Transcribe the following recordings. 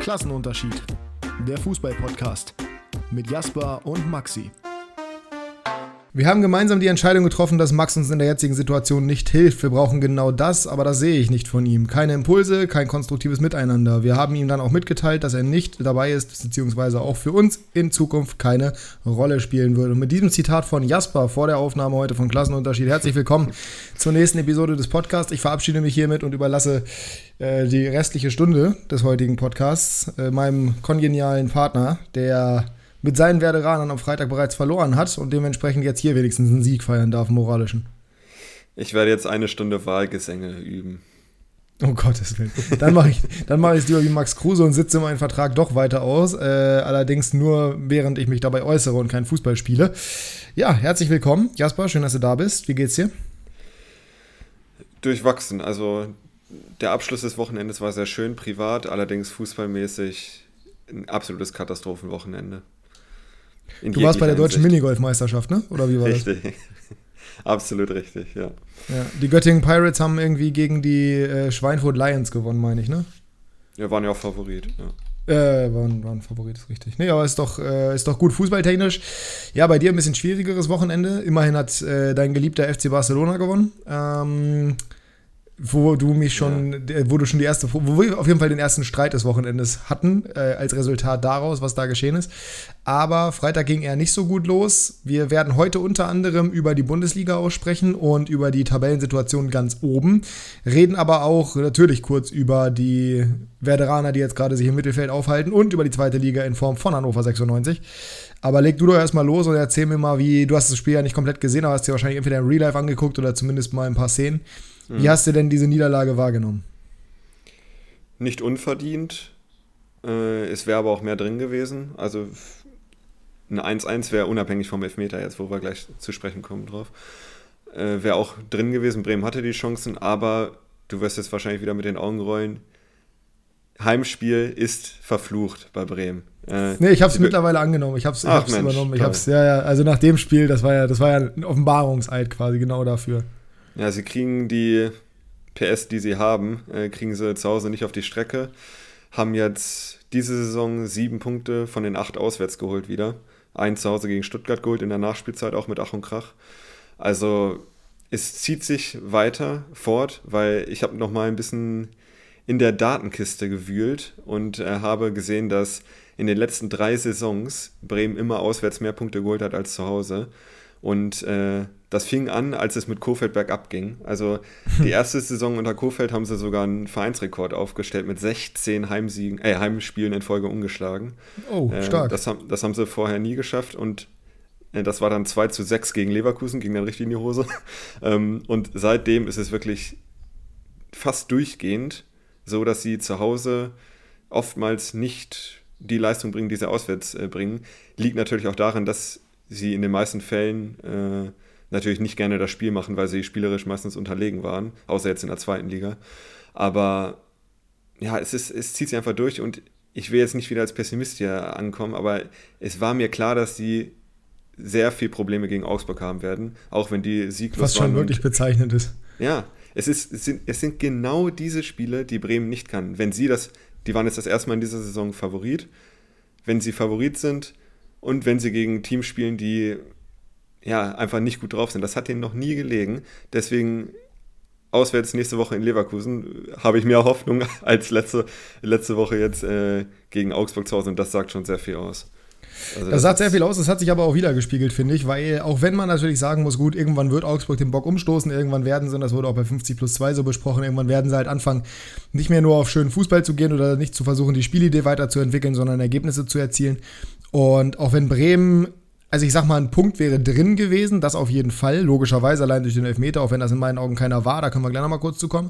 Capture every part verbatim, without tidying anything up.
Klassenunterschied. Der Fußball-Podcast mit Jasper und Maxi. Wir haben gemeinsam die Entscheidung getroffen, dass Max uns in der jetzigen Situation nicht hilft. Wir brauchen genau das, aber das sehe ich nicht von ihm. Keine Impulse, kein konstruktives Miteinander. Wir haben ihm dann auch mitgeteilt, dass er nicht dabei ist, beziehungsweise auch für uns in Zukunft keine Rolle spielen wird. Und mit diesem Zitat von Jasper vor der Aufnahme heute von Klassenunterschied, herzlich willkommen zur nächsten Episode des Podcasts. Ich verabschiede mich hiermit und überlasse äh, die restliche Stunde des heutigen Podcasts äh, meinem kongenialen Partner, der mit seinen Werderanern am Freitag bereits verloren hat und dementsprechend jetzt hier wenigstens einen Sieg feiern darf, moralischen. Ich werde jetzt eine Stunde Wahlgesänge üben. Oh Gottes Willen. Dann mache ich dann mache ich es lieber wie Max Kruse und sitze meinen Vertrag doch weiter aus, äh, allerdings nur während ich mich dabei äußere und kein Fußball spiele. Ja, herzlich willkommen, Jasper, schön, dass du da bist. Wie geht's dir? Durchwachsen, also der Abschluss des Wochenendes war sehr schön, privat, allerdings fußballmäßig ein absolutes Katastrophenwochenende. In du warst bei der deutschen Minigolf-Meisterschaft, ne? Oder wie war richtig. das? Richtig, absolut richtig, ja. ja. Die Göttingen Pirates haben irgendwie gegen die äh, Schweinfurt Lions gewonnen, meine ich, ne? Ja, waren ja auch Favorit, ja. Äh, waren, waren Favorit, ist richtig. Nee, aber ist doch, äh, ist doch gut fußballtechnisch. Ja, bei dir ein bisschen schwierigeres Wochenende. Immerhin hat äh, dein geliebter F C Barcelona gewonnen. Ähm, wo du mich schon, ja. wo du schon die erste, wo wir auf jeden Fall den ersten Streit des Wochenendes hatten, äh, als Resultat daraus, was da geschehen ist. Aber Freitag ging er nicht so gut los. Wir werden heute unter anderem über die Bundesliga aussprechen und über die Tabellensituation ganz oben. Reden aber auch natürlich kurz über die Werderaner, die jetzt gerade sich im Mittelfeld aufhalten und über die zweite Liga in Form von Hannover sechsundneunzig. Aber leg du doch erstmal los und erzähl mir mal, wie, du hast das Spiel ja nicht komplett gesehen, aber hast dir wahrscheinlich entweder im Real Life angeguckt oder zumindest mal ein paar Szenen. Wie hast du denn diese Niederlage wahrgenommen? Nicht unverdient. Äh, es wäre aber auch mehr drin gewesen. Also ein eins eins wäre unabhängig vom Elfmeter jetzt, wo wir gleich zu sprechen kommen drauf. Äh, wäre auch drin gewesen. Bremen hatte die Chancen, aber du wirst jetzt wahrscheinlich wieder mit den Augen rollen. Heimspiel ist verflucht bei Bremen. Äh, nee, ich habe es mittlerweile angenommen. Ich habe es übernommen. Ich hab's, ja, ja, also nach dem Spiel, das war ja, das war ja ein Offenbarungseid quasi genau dafür. Ja, sie kriegen die P S, die sie haben, äh, kriegen sie zu Hause nicht auf die Strecke. Haben jetzt diese Saison sieben Punkte von den acht auswärts geholt wieder. Einen zu Hause gegen Stuttgart geholt, in der Nachspielzeit auch mit Ach und Krach. Also es zieht sich weiter fort, weil ich habe noch mal ein bisschen in der Datenkiste gewühlt und äh, habe gesehen, dass in den letzten drei Saisons Bremen immer auswärts mehr Punkte geholt hat als zu Hause. Und äh, das fing an, als es mit Kohfeldt bergab ging. Also die erste Saison unter Kohfeldt haben sie sogar einen Vereinsrekord aufgestellt mit sechzehn Heimsiegen, äh, Heimspielen in Folge ungeschlagen. Oh, stark. Äh, das, haben, das haben sie vorher nie geschafft und äh, das war dann zwei zu sechs gegen Leverkusen, ging dann richtig in die Hose. ähm, und seitdem ist es wirklich fast durchgehend so, dass sie zu Hause oftmals nicht die Leistung bringen, die sie auswärts äh, bringen. Liegt natürlich auch daran, dass sie in den meisten Fällen äh, natürlich nicht gerne das Spiel machen, weil sie spielerisch meistens unterlegen waren, außer jetzt in der zweiten Liga. Aber ja, es, ist, es zieht sich einfach durch und ich will jetzt nicht wieder als Pessimist hier ankommen, aber es war mir klar, dass sie sehr viel Probleme gegen Augsburg haben werden, auch wenn die sieglos waren. Was schon wirklich und, bezeichnend ist. Ja, es, ist, es, sind, es sind genau diese Spiele, die Bremen nicht kann. Wenn sie das, die waren jetzt das erste Mal in dieser Saison Favorit, wenn sie Favorit sind, und wenn sie gegen Teams spielen, die ja einfach nicht gut drauf sind. Das hat denen noch nie gelegen. Deswegen auswärts nächste Woche in Leverkusen habe ich mehr Hoffnung als letzte, letzte Woche jetzt äh, gegen Augsburg zu Hause. Und das sagt schon sehr viel aus. Also das, das sagt sehr viel aus, das hat sich aber auch wieder gespiegelt, finde ich, weil auch wenn man natürlich sagen muss, gut, irgendwann wird Augsburg den Bock umstoßen, irgendwann werden sie, und das wurde auch bei fünfzig plus zwei so besprochen, irgendwann werden sie halt anfangen, nicht mehr nur auf schönen Fußball zu gehen oder nicht zu versuchen, die Spielidee weiterzuentwickeln, sondern Ergebnisse zu erzielen. Und auch wenn Bremen, also ich sag mal, ein Punkt wäre drin gewesen, das auf jeden Fall, logischerweise allein durch den Elfmeter, auch wenn das in meinen Augen keiner war, da können wir gleich nochmal kurz zu kommen.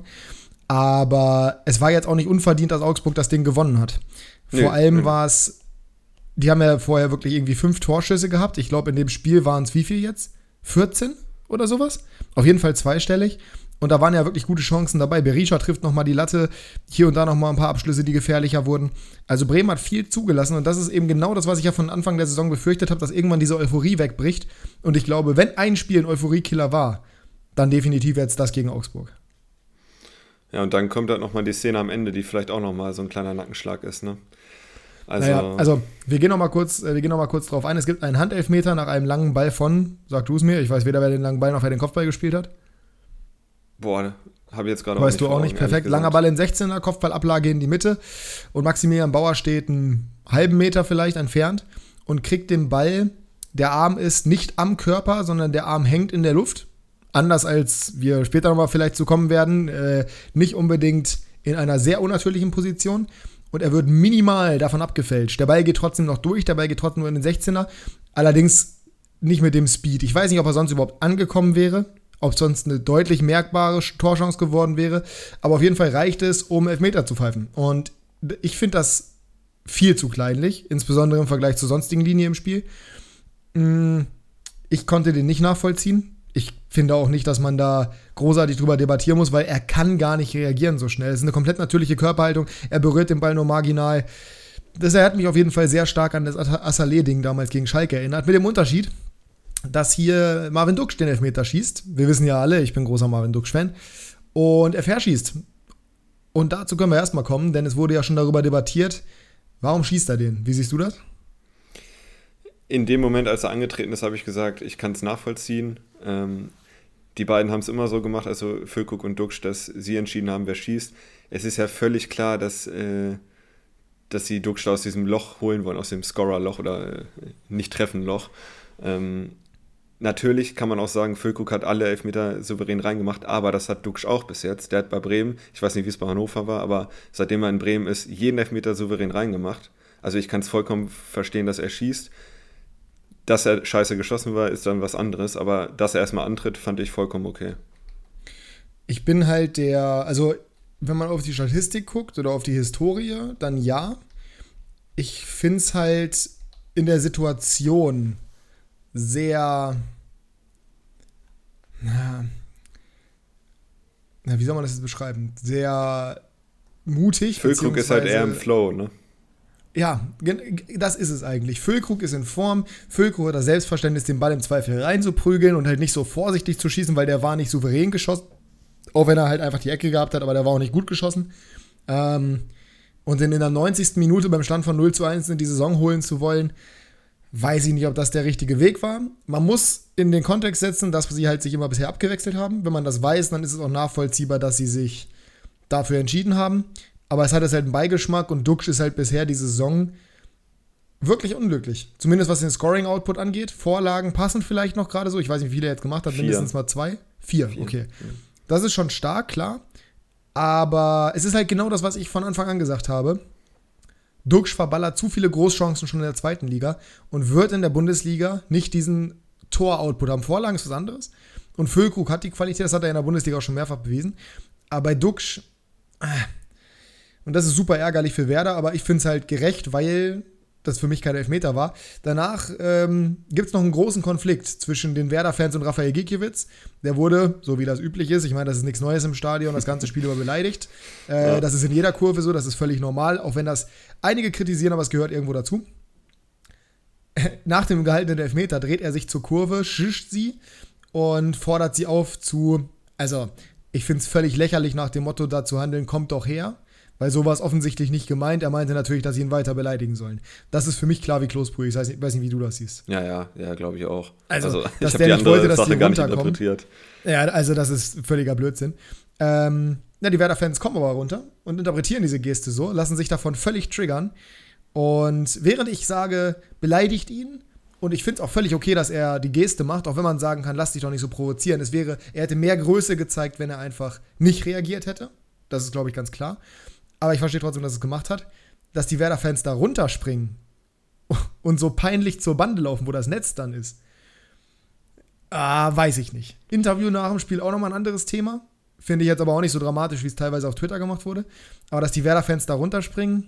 Aber es war jetzt auch nicht unverdient, dass Augsburg das Ding gewonnen hat. Vor nee, allem nee. war es, die haben ja vorher wirklich irgendwie fünf Torschüsse gehabt. Ich glaube, in dem Spiel waren es wie viel jetzt? vierzehn oder sowas? Auf jeden Fall zweistellig. Und da waren ja wirklich gute Chancen dabei. Berisha trifft nochmal die Latte. Hier und da nochmal ein paar Abschlüsse, die gefährlicher wurden. Also Bremen hat viel zugelassen. Und das ist eben genau das, was ich ja von Anfang der Saison befürchtet habe, dass irgendwann diese Euphorie wegbricht. Und ich glaube, wenn ein Spiel ein Euphoriekiller war, dann definitiv jetzt das gegen Augsburg. Ja, und dann kommt halt nochmal die Szene am Ende, die vielleicht auch nochmal so ein kleiner Nackenschlag ist, ne? Also, naja, also wir gehen nochmal kurz, wir gehen noch mal kurz drauf ein. Es gibt einen Handelfmeter nach einem langen Ball von, sag du es mir, ich weiß weder, wer den langen Ball noch wer den Kopfball gespielt hat. Boah, habe ich jetzt gerade auch nicht. Weißt du auch nicht, perfekt. Langer Ball in sechzehner, Kopfballablage in die Mitte und Maximilian Bauer steht einen halben Meter vielleicht entfernt und kriegt den Ball, der Arm ist nicht am Körper, sondern der Arm hängt in der Luft. Anders als wir später nochmal vielleicht zu kommen werden, äh, nicht unbedingt in einer sehr unnatürlichen Position. Und er wird minimal davon abgefälscht. Der Ball geht trotzdem noch durch, der Ball geht trotzdem nur in den sechzehner. Allerdings nicht mit dem Speed. Ich weiß nicht, ob er sonst überhaupt angekommen wäre, ob sonst eine deutlich merkbare Torchance geworden wäre. Aber auf jeden Fall reicht es, um Elfmeter zu pfeifen. Und ich finde das viel zu kleinlich, insbesondere im Vergleich zur sonstigen Linie im Spiel. Ich konnte den nicht nachvollziehen. Ich finde auch nicht, dass man da großartig drüber debattieren muss, weil er kann gar nicht reagieren so schnell. Es ist eine komplett natürliche Körperhaltung. Er berührt den Ball nur marginal. Das hat mich auf jeden Fall sehr stark an das Assalé-Ding damals gegen Schalke erinnert. Mit dem Unterschied, dass hier Marvin Duksch den Elfmeter schießt. Wir wissen ja alle, ich bin großer Marvin Duksch-Fan. Und er verschießt. Und dazu können wir erstmal kommen, denn es wurde ja schon darüber debattiert, warum schießt er den? Wie siehst du das? In dem Moment, als er angetreten ist, habe ich gesagt, ich kann es nachvollziehen. Ähm, die beiden haben es immer so gemacht, also Füllkrug und Duksch, dass sie entschieden haben, wer schießt. Es ist ja völlig klar, dass, äh, dass sie Duksch aus diesem Loch holen wollen, aus dem Scorer-Loch oder äh, Nicht-Treffen-Loch. Ähm, natürlich kann man auch sagen, Füllkrug hat alle Elfmeter souverän reingemacht, aber das hat Duksch auch bis jetzt. Der hat bei Bremen, ich weiß nicht, wie es bei Hannover war, aber seitdem er in Bremen ist, jeden Elfmeter souverän reingemacht. Also ich kann es vollkommen verstehen, dass er schießt. Dass er scheiße geschossen war, ist dann was anderes, aber dass er erstmal antritt, fand ich vollkommen okay. Ich bin halt der, also wenn man auf die Statistik guckt oder auf die Historie, dann ja. Ich finde es halt in der Situation sehr, na, na, wie soll man das jetzt beschreiben? Sehr mutig. Füllkrug ist halt eher im Flow, ne? Ja, das ist es eigentlich. Füllkrug ist in Form. Füllkrug hat das Selbstverständnis, den Ball im Zweifel reinzuprügeln und halt nicht so vorsichtig zu schießen, weil der war nicht souverän geschossen. Auch wenn er halt einfach die Ecke gehabt hat, aber der war auch nicht gut geschossen. Ähm, und in der neunzigsten Minute beim Stand von null zu eins in die Saison holen zu wollen, weiß ich nicht, ob das der richtige Weg war. Man muss in den Kontext setzen, dass sie halt sich immer bisher abgewechselt haben. Wenn man das weiß, dann ist es auch nachvollziehbar, dass sie sich dafür entschieden haben. Aber es hat jetzt halt einen Beigeschmack und Duksch ist halt bisher die Saison wirklich unglücklich. Zumindest was den Scoring-Output angeht. Vorlagen passen vielleicht noch gerade so. Ich weiß nicht, wie viel er jetzt gemacht hat. Vier. Mindestens mal zwei. Vier, Vier. Okay. Das ist schon stark, klar. Aber es ist halt genau das, was ich von Anfang an gesagt habe. Duksch verballert zu viele Großchancen schon in der zweiten Liga und wird in der Bundesliga nicht diesen Tor-Output haben. Vorlagen ist was anderes. Und Füllkrug hat die Qualität, das hat er in der Bundesliga auch schon mehrfach bewiesen. Aber bei Duksch... Äh, Und das ist super ärgerlich für Werder, aber ich finde es halt gerecht, weil das für mich kein Elfmeter war. Danach ähm, gibt es noch einen großen Konflikt zwischen den Werder-Fans und Rafael Gikiewicz. Der wurde, so wie das üblich ist, ich meine, das ist nichts Neues im Stadion, das ganze Spiel über beleidigt. Äh, ja. Das ist in jeder Kurve so, das ist völlig normal, auch wenn das einige kritisieren, aber es gehört irgendwo dazu. Nach dem gehaltenen Elfmeter dreht er sich zur Kurve, schischt sie und fordert sie auf zu, also ich finde es völlig lächerlich nach dem Motto, da zu handeln, kommt doch her. Weil so war es offensichtlich nicht gemeint. Er meinte natürlich, dass sie ihn weiter beleidigen sollen. Das ist für mich klar wie Kloßbrühe. Ich weiß nicht, weiß nicht, wie du das siehst. Ja, ja, ja, glaube ich auch. Also, also dass ich der die nicht wollte, dass Sache die gar nicht runterkommen. interpretiert. Ja, also das ist völliger Blödsinn. Ähm, ja, die Werder-Fans kommen aber runter und interpretieren diese Geste so, lassen sich davon völlig triggern. Und während ich sage, beleidigt ihn, und ich finde es auch völlig okay, dass er die Geste macht, auch wenn man sagen kann, lass dich doch nicht so provozieren. Es wäre, er hätte mehr Größe gezeigt, wenn er einfach nicht reagiert hätte. Das ist, glaube ich, ganz klar. Aber ich verstehe trotzdem, dass es gemacht hat, dass die Werder-Fans da runterspringen und so peinlich zur Bande laufen, wo das Netz dann ist. Ah, weiß ich nicht. Interview nach dem Spiel auch nochmal ein anderes Thema. Finde ich jetzt aber auch nicht so dramatisch, wie es teilweise auf Twitter gemacht wurde. Aber dass die Werder-Fans da runterspringen,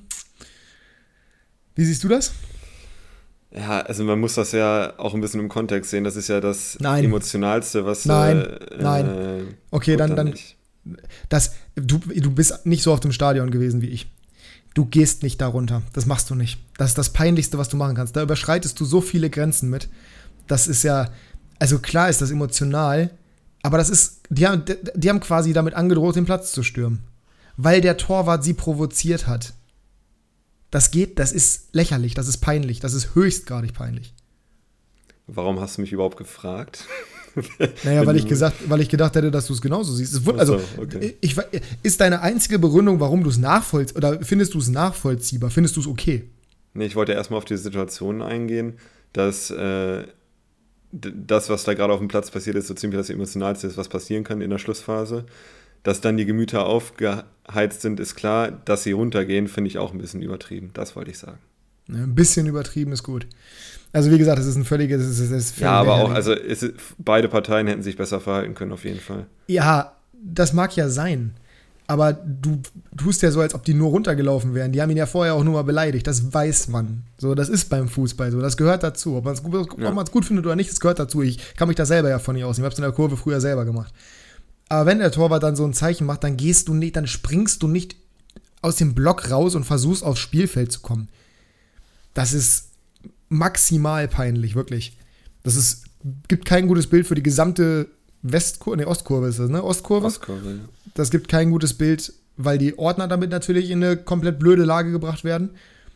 wie siehst du das? Ja, also man muss das ja auch ein bisschen im Kontext sehen. Das ist ja das Nein. Emotionalste, was... Nein, äh, nein. Äh, okay, dann... dann das, du, du bist nicht so oft im Stadion gewesen wie ich. Du gehst nicht da runter. Das machst du nicht. Das ist das Peinlichste, was du machen kannst. Da überschreitest du so viele Grenzen mit. Das ist ja... Also klar ist das emotional, aber das ist... Die haben, die haben quasi damit angedroht, den Platz zu stürmen. weil der Torwart sie provoziert hat. Das geht, das ist lächerlich, das ist peinlich, das ist höchstgradig peinlich. Warum hast du mich überhaupt gefragt? Naja, weil ich, gesagt, weil ich gedacht hätte, dass du es genauso siehst. Es wird, also, so, okay. ich, ist deine einzige Begründung, warum du es nachvollziehst, oder findest du es nachvollziehbar, findest du es okay? Nee, ich wollte erstmal auf die Situation eingehen, dass äh, das, was da gerade auf dem Platz passiert ist, so ziemlich das Emotionalste ist, was passieren kann in der Schlussphase. Dass dann die Gemüter aufgeheizt sind, ist klar. Dass sie runtergehen, finde ich auch ein bisschen übertrieben. Das wollte ich sagen. Ja, ein bisschen übertrieben ist gut. Also wie gesagt, es ist ein völliges... Es ist, es ist ja, aber auch, also es ist, beide Parteien hätten sich besser verhalten können, auf jeden Fall. Ja, das mag ja sein. Aber du tust ja so, als ob die nur runtergelaufen wären. Die haben ihn ja vorher auch nur mal beleidigt. Das weiß man. So, das ist beim Fußball so. Das gehört dazu. Ob man es gut, ja. gut findet oder nicht, das gehört dazu. Ich kann mich da selber ja von nicht aus. Ich habe es in der Kurve früher selber gemacht. Aber wenn der Torwart dann so ein Zeichen macht, dann gehst du nicht, dann springst du nicht aus dem Block raus und versuchst aufs Spielfeld zu kommen. Das ist maximal peinlich, wirklich. Das ist, gibt kein gutes Bild für die gesamte Westkurve, ne, Ostkurve ist das, ne? Ostkurve? Ostkurve, ja. Das gibt kein gutes Bild, weil die Ordner damit natürlich in eine komplett blöde Lage gebracht werden.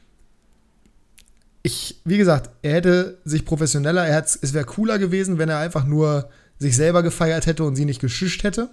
Ich, wie gesagt, er hätte sich professioneller, er hat's, es wäre cooler gewesen, wenn er einfach nur sich selber gefeiert hätte und sie nicht geschischt hätte.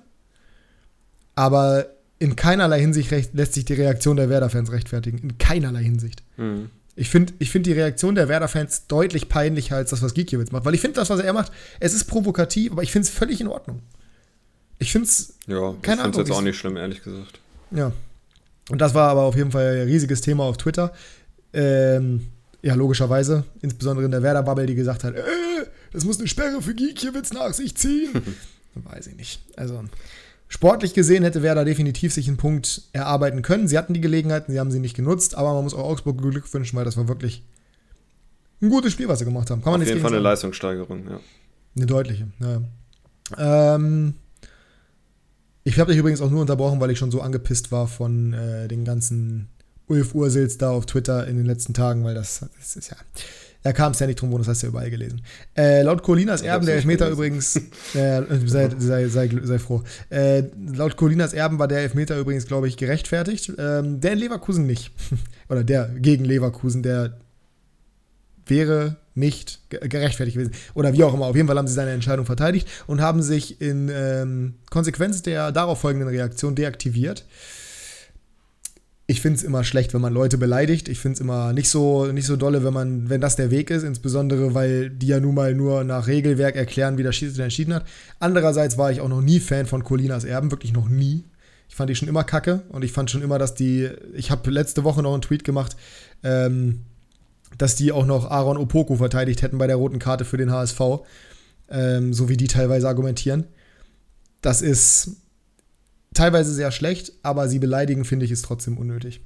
Aber in keinerlei Hinsicht recht, lässt sich die Reaktion der Werder-Fans rechtfertigen. In keinerlei Hinsicht. Mhm. Ich finde ich find die Reaktion der Werder-Fans deutlich peinlicher als das, was Gikiewicz macht. Weil ich finde das, was er macht, es ist provokativ, aber ich finde es völlig in Ordnung. Ich finde es, ja, keine Ahnung. Ich finde es jetzt auch nicht schlimm, ehrlich gesagt. Ja. Und das war aber auf jeden Fall ein riesiges Thema auf Twitter. Ähm, ja, logischerweise. Insbesondere in der Werder-Bubble, die gesagt hat, äh, das muss eine Sperre für Gikiewicz nach sich ziehen. Weiß ich nicht. Also, sportlich gesehen hätte Werder definitiv sich einen Punkt erarbeiten können. Sie hatten die Gelegenheiten, sie haben sie nicht genutzt, aber man muss auch Augsburg Glück wünschen, weil das war wirklich ein gutes Spiel, was sie gemacht haben. Kann man Auf jeden Fall eine sagen. Leistungssteigerung, ja. Eine deutliche, ja. Ähm, ich habe dich übrigens auch nur unterbrochen, weil ich schon so angepisst war von äh, den ganzen Ulf Ursels da auf Twitter in den letzten Tagen, weil das, das ist ja... Da kam es ja nicht drum, wo das hast du ja überall gelesen. Äh, laut Colinas Erben, der Elfmeter übrigens, äh, sei, sei, sei, sei froh, äh, laut Colinas Erben war der Elfmeter übrigens, glaube ich, gerechtfertigt. Ähm, der in Leverkusen nicht. Oder der gegen Leverkusen, der wäre nicht gerechtfertigt gewesen. Oder wie auch immer. Auf jeden Fall haben sie seine Entscheidung verteidigt und haben sich in ähm, Konsequenz der darauf folgenden Reaktion deaktiviert. Ich finde es immer schlecht, wenn man Leute beleidigt. Ich finde es immer nicht so, nicht so dolle, wenn man, wenn das der Weg ist, insbesondere, weil die ja nun mal nur nach Regelwerk erklären, wie der Schiedsrichter entschieden hat. Andererseits war ich auch noch nie Fan von Colinas Erben, wirklich noch nie. Ich fand die schon immer kacke und ich fand schon immer, dass die, ich habe letzte Woche noch einen Tweet gemacht, ähm, dass die auch noch Aaron Opoku verteidigt hätten bei der roten Karte für den H S V, ähm, so wie die teilweise argumentieren. Das ist teilweise sehr schlecht, aber sie beleidigen, finde ich, ist trotzdem unnötig.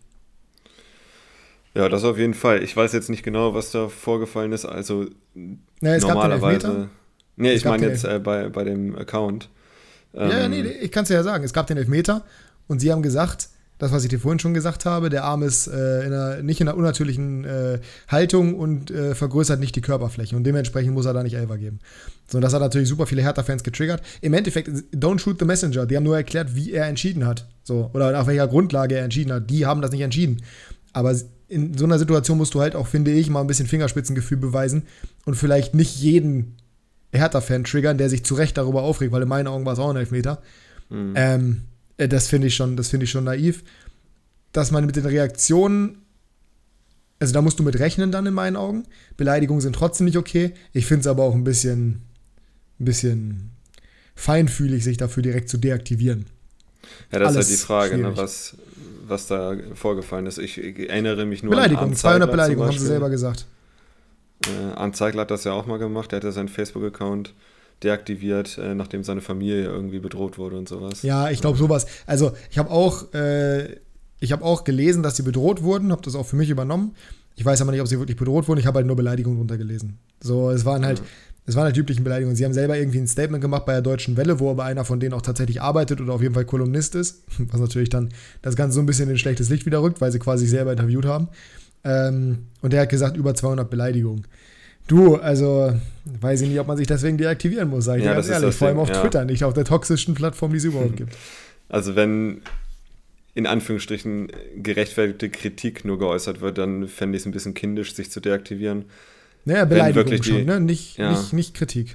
Ja, das auf jeden Fall. Ich weiß jetzt nicht genau, was da vorgefallen ist. Also naja, es normalerweise. Gab den Elfmeter. Nee, ich meine jetzt äh, bei, bei dem Account. Ähm, ja, nee, ich kann es ja sagen. Es gab den Elfmeter und sie haben gesagt, das, was ich dir vorhin schon gesagt habe, der Arm ist äh, in einer, nicht in einer unnatürlichen äh, Haltung und äh, vergrößert nicht die Körperfläche. Und dementsprechend muss er da nicht Elfer geben. So, das hat natürlich super viele Hertha-Fans getriggert. Im Endeffekt, don't shoot the messenger. Die haben nur erklärt, wie er entschieden hat. So, oder auf welcher Grundlage er entschieden hat. Die haben das nicht entschieden. Aber in so einer Situation musst du halt auch, finde ich, mal ein bisschen Fingerspitzengefühl beweisen und vielleicht nicht jeden Hertha-Fan triggern, der sich zu Recht darüber aufregt, weil in meinen Augen war es auch ein Elfmeter. Mhm. Ähm, das finde ich schon, das finde ich schon naiv. Dass man mit den Reaktionen, also da musst du mit rechnen dann in meinen Augen. Beleidigungen sind trotzdem nicht okay. Ich finde es aber auch ein bisschen, ein bisschen feinfühlig, sich dafür direkt zu deaktivieren. Ja, das Alles ist halt die Frage, ne, was, was da vorgefallen ist. Ich, ich erinnere mich nur Beleidigung, an zweihundert Beleidigungen, haben sie selber gesagt. Äh, Arndt Zeigler hat das ja auch mal gemacht. Der hatte seinen Facebook-Account deaktiviert, äh, nachdem seine Familie irgendwie bedroht wurde und sowas. Ja, ich glaube sowas. Also ich habe auch, äh, ich habe auch gelesen, dass sie bedroht wurden, habe das auch für mich übernommen. Ich weiß aber nicht, ob sie wirklich bedroht wurden. Ich habe halt nur Beleidigungen runtergelesen. So, es waren halt, ja. es waren halt die üblichen Beleidigungen. Sie haben selber irgendwie ein Statement gemacht bei der Deutschen Welle, wo aber einer von denen auch tatsächlich arbeitet oder auf jeden Fall Kolumnist ist, was natürlich dann das Ganze so ein bisschen in schlechtes Licht wieder rückt, weil sie quasi sich selber interviewt haben. Ähm, und der hat gesagt, über zweihundert Beleidigungen. Du, also, weiß ich nicht, ob man sich deswegen deaktivieren muss, sage ich ja, dir ganz ehrlich. Vor allem auf ja. Twitter, nicht auf der toxischen Plattform, die es überhaupt gibt. Also wenn in Anführungsstrichen gerechtfertigte Kritik nur geäußert wird, dann fände ich es ein bisschen kindisch, sich zu deaktivieren. Naja, Beleidigung die, schon, ne? Nicht, ja. nicht, nicht Kritik.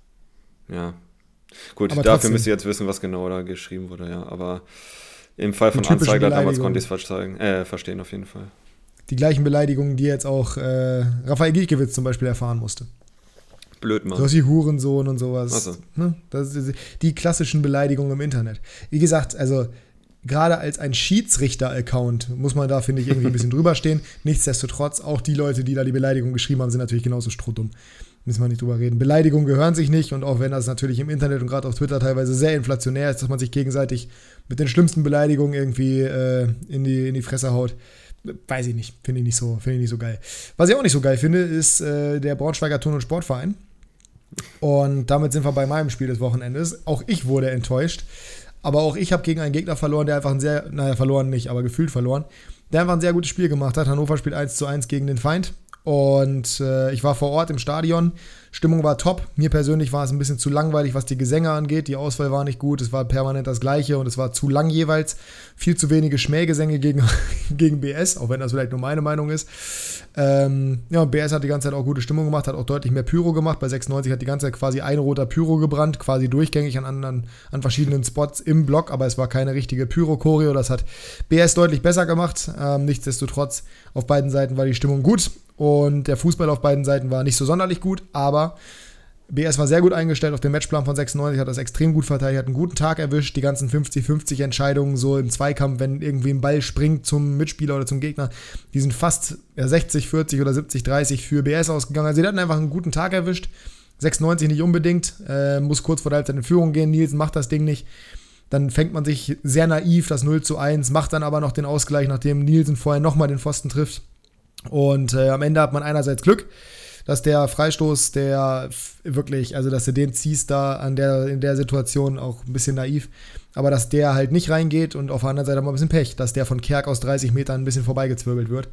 Ja, gut, Aber dafür trotzdem. müsst ihr jetzt wissen, was genau da geschrieben wurde, ja, aber im Fall von Die typischen Anzeiger damals Beleidigungen. konnte ich es verstehen, äh, verstehen auf jeden Fall. Die gleichen Beleidigungen, die jetzt auch äh, Raphael Giekewitz zum Beispiel erfahren musste. Blöd, Mann. So was wie Hurensohn und sowas. Ach so. Ne? Das ist die klassischen Beleidigungen im Internet. Wie gesagt, also gerade als ein Schiedsrichter-Account muss man da, finde ich, irgendwie ein bisschen drüber stehen. Nichtsdestotrotz, auch die Leute, die da die Beleidigung geschrieben haben, sind natürlich genauso strohdumm. Müssen wir nicht drüber reden. Beleidigungen gehören sich nicht und auch wenn das natürlich im Internet und gerade auf Twitter teilweise sehr inflationär ist, dass man sich gegenseitig mit den schlimmsten Beleidigungen irgendwie äh, in, die, in die Fresse haut, weiß ich nicht. Finde ich nicht so, finde ich nicht so geil. Was ich auch nicht so geil finde, ist äh, der Braunschweiger Turn- und Sportverein. Und damit sind wir bei meinem Spiel des Wochenendes. Auch ich wurde enttäuscht. Aber auch ich habe gegen einen Gegner verloren, der einfach ein sehr, naja, verloren nicht, aber gefühlt verloren, der einfach ein sehr gutes Spiel gemacht hat. Hannover spielt eins zu eins gegen den Feind. Und äh, ich war vor Ort im Stadion. Stimmung war top. Mir persönlich war es ein bisschen zu langweilig, was die Gesänge angeht. Die Auswahl war nicht gut. Es war permanent das Gleiche und es war zu lang jeweils. Viel zu wenige Schmähgesänge gegen, gegen B S, auch wenn das vielleicht nur meine Meinung ist. Ähm, ja, und B S hat die ganze Zeit auch gute Stimmung gemacht, hat auch deutlich mehr Pyro gemacht. Bei sechsundneunzig hat die ganze Zeit quasi ein roter Pyro gebrannt, quasi durchgängig an, anderen, an verschiedenen Spots im Block, aber es war keine richtige Pyro-Choreo. Das hat B S deutlich besser gemacht. Ähm, nichtsdestotrotz, auf beiden Seiten war die Stimmung gut. Und der Fußball auf beiden Seiten war nicht so sonderlich gut, aber B S war sehr gut eingestellt auf den Matchplan von sechsundneunzig, hat das extrem gut verteidigt, hat einen guten Tag erwischt, die ganzen fünfzig fünfzig Entscheidungen so im Zweikampf, wenn irgendwie ein Ball springt zum Mitspieler oder zum Gegner, die sind fast ja, sechzig vierzig oder siebzig dreißig für B S ausgegangen. Also die hatten einfach einen guten Tag erwischt, sechsundneunzig nicht unbedingt, äh, muss kurz vor der Halbzeit in Führung gehen, Nielsen macht das Ding nicht. Dann fängt man sich sehr naiv das null zu eins, macht dann aber noch den Ausgleich, nachdem Nielsen vorher nochmal den Pfosten trifft. Und äh, am Ende hat man einerseits Glück, dass der Freistoß, der wirklich, also dass du den ziehst da an der, in der Situation auch ein bisschen naiv, aber dass der halt nicht reingeht und auf der anderen Seite haben wir ein bisschen Pech, dass der von Kerk aus dreißig Metern ein bisschen vorbeigezwirbelt wird.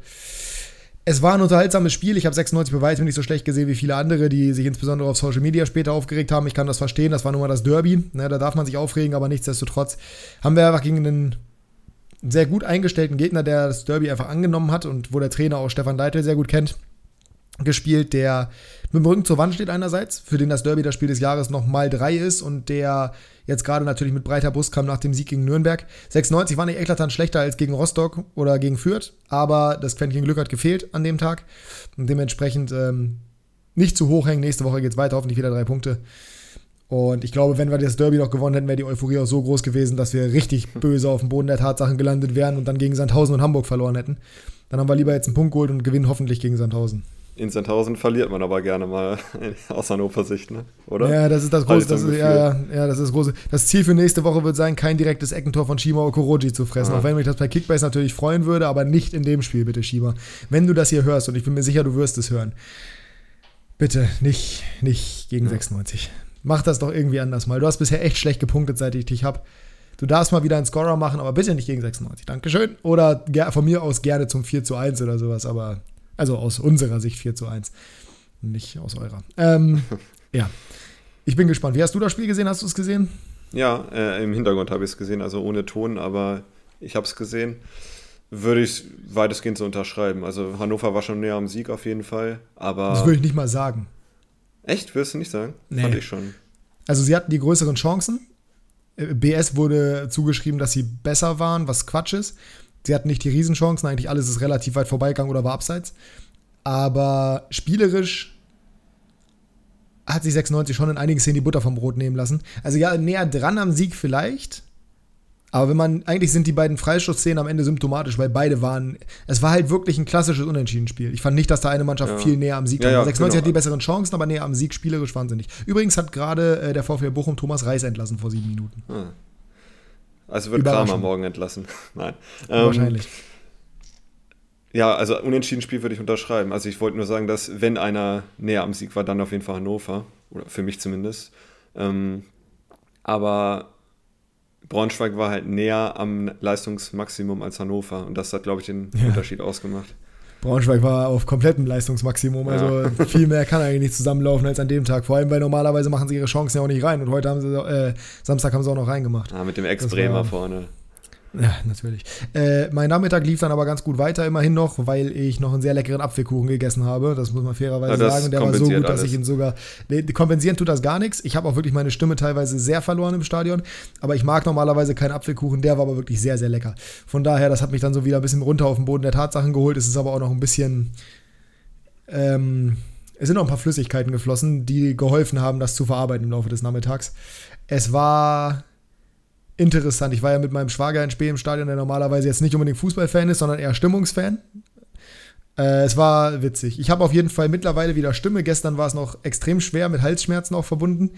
Es war ein unterhaltsames Spiel, ich habe sechsundneunzig bei weitem nicht so schlecht gesehen wie viele andere, die sich insbesondere auf Social Media später aufgeregt haben. Ich kann das verstehen, das war nun mal das Derby, ne, da darf man sich aufregen, aber nichtsdestotrotz haben wir einfach gegen einen sehr gut eingestellten Gegner, der das Derby einfach angenommen hat und wo der Trainer auch Stefan Leitl sehr gut kennt, gespielt, der mit dem Rücken zur Wand steht einerseits, für den das Derby das Spiel des Jahres noch mal drei ist und der jetzt gerade natürlich mit breiter Brust kam nach dem Sieg gegen Nürnberg. sechsundneunzig war nicht eklatant schlechter als gegen Rostock oder gegen Fürth, aber das Quäntchen Glück hat gefehlt an dem Tag und dementsprechend ähm, nicht zu hoch hängen. Nächste Woche geht es weiter, hoffentlich wieder drei Punkte. Und ich glaube, wenn wir das Derby noch gewonnen hätten, wäre die Euphorie auch so groß gewesen, dass wir richtig böse auf dem Boden der Tatsachen gelandet wären und dann gegen Sandhausen und Hamburg verloren hätten. Dann haben wir lieber jetzt einen Punkt geholt und gewinnen hoffentlich gegen Sandhausen. In Sandhausen verliert man aber gerne mal aus Hannover Sicht, ne? Oder? Ja, das ist das große, das ist, ja, ja, das ist das große. Das Ziel für nächste Woche wird sein, kein direktes Eckentor von Shima Okoroji zu fressen. Ah. Auch wenn mich das bei Kickbase natürlich freuen würde, aber nicht in dem Spiel, bitte, Shima. Wenn du das hier hörst, und ich bin mir sicher, du wirst es hören, bitte nicht, nicht gegen ja. sechsundneunzig. Mach das doch irgendwie anders mal. Du hast bisher echt schlecht gepunktet, seit ich dich habe. Du darfst mal wieder einen Scorer machen, aber bitte nicht gegen sechsundneunzig. Dankeschön. Oder von mir aus gerne zum vier zu eins oder sowas, aber also aus unserer Sicht vier zu eins. Nicht aus eurer. Ähm, ja. Ich bin gespannt. Wie hast du das Spiel gesehen? Hast du es gesehen? Ja, äh, im Hintergrund habe ich es gesehen, also ohne Ton, aber ich habe es gesehen. Würde ich weitestgehend so unterschreiben. Also Hannover war schon näher am Sieg auf jeden Fall, aber... Das würde ich nicht mal sagen. Echt? Würdest du nicht sagen? Nee. Fand ich schon. Also sie hatten die größeren Chancen. B S wurde zugeschrieben, dass sie besser waren, was Quatsch ist. Sie hatten nicht die Riesenchancen, eigentlich alles ist relativ weit vorbeigegangen oder war abseits. Aber spielerisch hat sich sechsundneunzig schon in einigen Szenen die Butter vom Brot nehmen lassen. Also ja, näher dran am Sieg vielleicht. Aber wenn man, eigentlich sind die beiden Freistoßszenen am Ende symptomatisch, weil beide waren, es war halt wirklich ein klassisches Unentschieden-Spiel. Ich fand nicht, dass da eine Mannschaft ja. viel näher am Sieg war. Ja, ja, sechsundneunzig genau. Hat die besseren Chancen, aber näher am Sieg spielerisch waren sie nicht. Übrigens hat gerade äh, der VfL Bochum Thomas Reis entlassen vor sieben Minuten. Ah. Also wird Kramer morgen entlassen. Nein. Ähm, Wahrscheinlich. Ja, also Unentschieden-Spiel würde ich unterschreiben. Also ich wollte nur sagen, dass wenn einer näher am Sieg war, dann auf jeden Fall Hannover. Oder für mich zumindest. Ähm, aber Braunschweig war halt näher am Leistungsmaximum als Hannover. Und das hat, glaube ich, den ja. Unterschied ausgemacht. Braunschweig war auf komplettem Leistungsmaximum. Also ja. viel mehr kann eigentlich nicht zusammenlaufen als an dem Tag. Vor allem, weil normalerweise machen sie ihre Chancen ja auch nicht rein. Und heute haben sie, äh, Samstag haben sie auch noch reingemacht. Ah, mit dem Ex-Bremer vorne. Ja, natürlich. Äh, mein Nachmittag lief dann aber ganz gut weiter, immerhin noch, weil ich noch einen sehr leckeren Apfelkuchen gegessen habe. Das muss man fairerweise ja, sagen. Der war so gut, dass alles. ich ihn sogar. Nee, kompensieren tut das gar nichts. Ich habe auch wirklich meine Stimme teilweise sehr verloren im Stadion. Aber ich mag normalerweise keinen Apfelkuchen. Der war aber wirklich sehr, sehr lecker. Von daher, das hat mich dann so wieder ein bisschen runter auf den Boden der Tatsachen geholt. Es ist aber auch noch ein bisschen. Ähm, es sind noch ein paar Flüssigkeiten geflossen, die geholfen haben, das zu verarbeiten im Laufe des Nachmittags. Es war interessant. Ich war ja mit meinem Schwager in Spee im Stadion, der normalerweise jetzt nicht unbedingt Fußballfan ist, sondern eher Stimmungsfan. Äh, es war witzig. Ich habe auf jeden Fall mittlerweile wieder Stimme. Gestern war es noch extrem schwer, mit Halsschmerzen auch verbunden.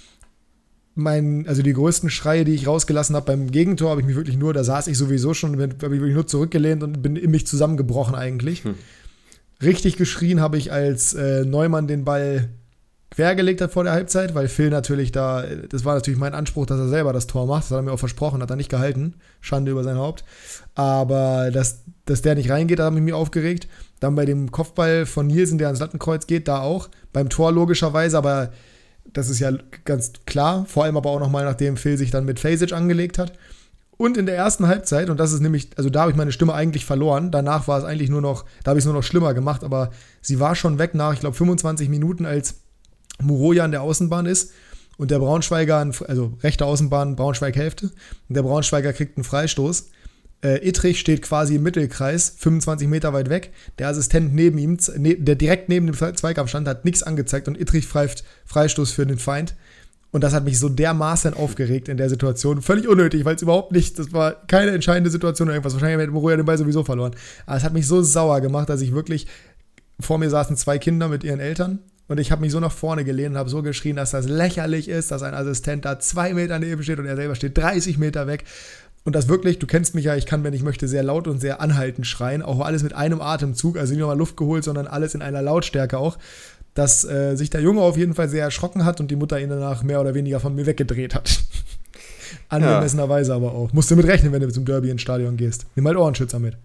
Mein, also die größten Schreie, die ich rausgelassen habe beim Gegentor, habe ich mich wirklich nur, da saß ich sowieso schon, habe ich wirklich nur zurückgelehnt und bin in mich zusammengebrochen eigentlich. Hm. Richtig geschrien habe ich, als äh, Neumann den Ball quergelegt hat vor der Halbzeit, weil Phil natürlich da, das war natürlich mein Anspruch, dass er selber das Tor macht, das hat er mir auch versprochen, hat er nicht gehalten, Schande über sein Haupt, aber dass, dass der nicht reingeht, da habe ich mich aufgeregt. Dann bei dem Kopfball von Nielsen, der ans Lattenkreuz geht, da auch, beim Tor logischerweise, aber das ist ja ganz klar, vor allem aber auch nochmal, nachdem Phil sich dann mit Fejsic angelegt hat. Und in der ersten Halbzeit, und das ist nämlich, also da habe ich meine Stimme eigentlich verloren, danach war es eigentlich nur noch, da habe ich es nur noch schlimmer gemacht, aber sie war schon weg nach, ich glaube, fünfundzwanzig Minuten, als Muroja an der Außenbahn ist und der Braunschweiger, also rechte Außenbahn, Braunschweig-Hälfte, und der Braunschweiger kriegt einen Freistoß. Äh, Ittrich steht quasi im Mittelkreis, fünfundzwanzig Meter weit weg. Der Assistent neben ihm, ne, der direkt neben dem Zweikampf stand, hat nichts angezeigt und Ittrich pfeift Freistoß für den Feind. Und das hat mich so dermaßen aufgeregt in der Situation. Völlig unnötig, weil es überhaupt nicht, das war keine entscheidende Situation oder irgendwas. Wahrscheinlich hätte Muroja den Ball sowieso verloren. Aber es hat mich so sauer gemacht, dass ich wirklich, vor mir saßen zwei Kinder mit ihren Eltern. Und ich habe mich so nach vorne gelehnt und habe so geschrien, dass das lächerlich ist, dass ein Assistent da zwei Meter neben steht und er selber steht dreißig Meter weg. Und das wirklich, du kennst mich ja, ich kann, wenn ich möchte, sehr laut und sehr anhaltend schreien. Auch alles mit einem Atemzug, also nicht nochmal Luft geholt, sondern alles in einer Lautstärke auch. Dass äh, sich der Junge auf jeden Fall sehr erschrocken hat und die Mutter ihn danach mehr oder weniger von mir weggedreht hat. Angemessenerweise ja. Aber auch. Musst du mit rechnen, wenn du zum Derby ins Stadion gehst. Nimm halt Ohrenschützer mit.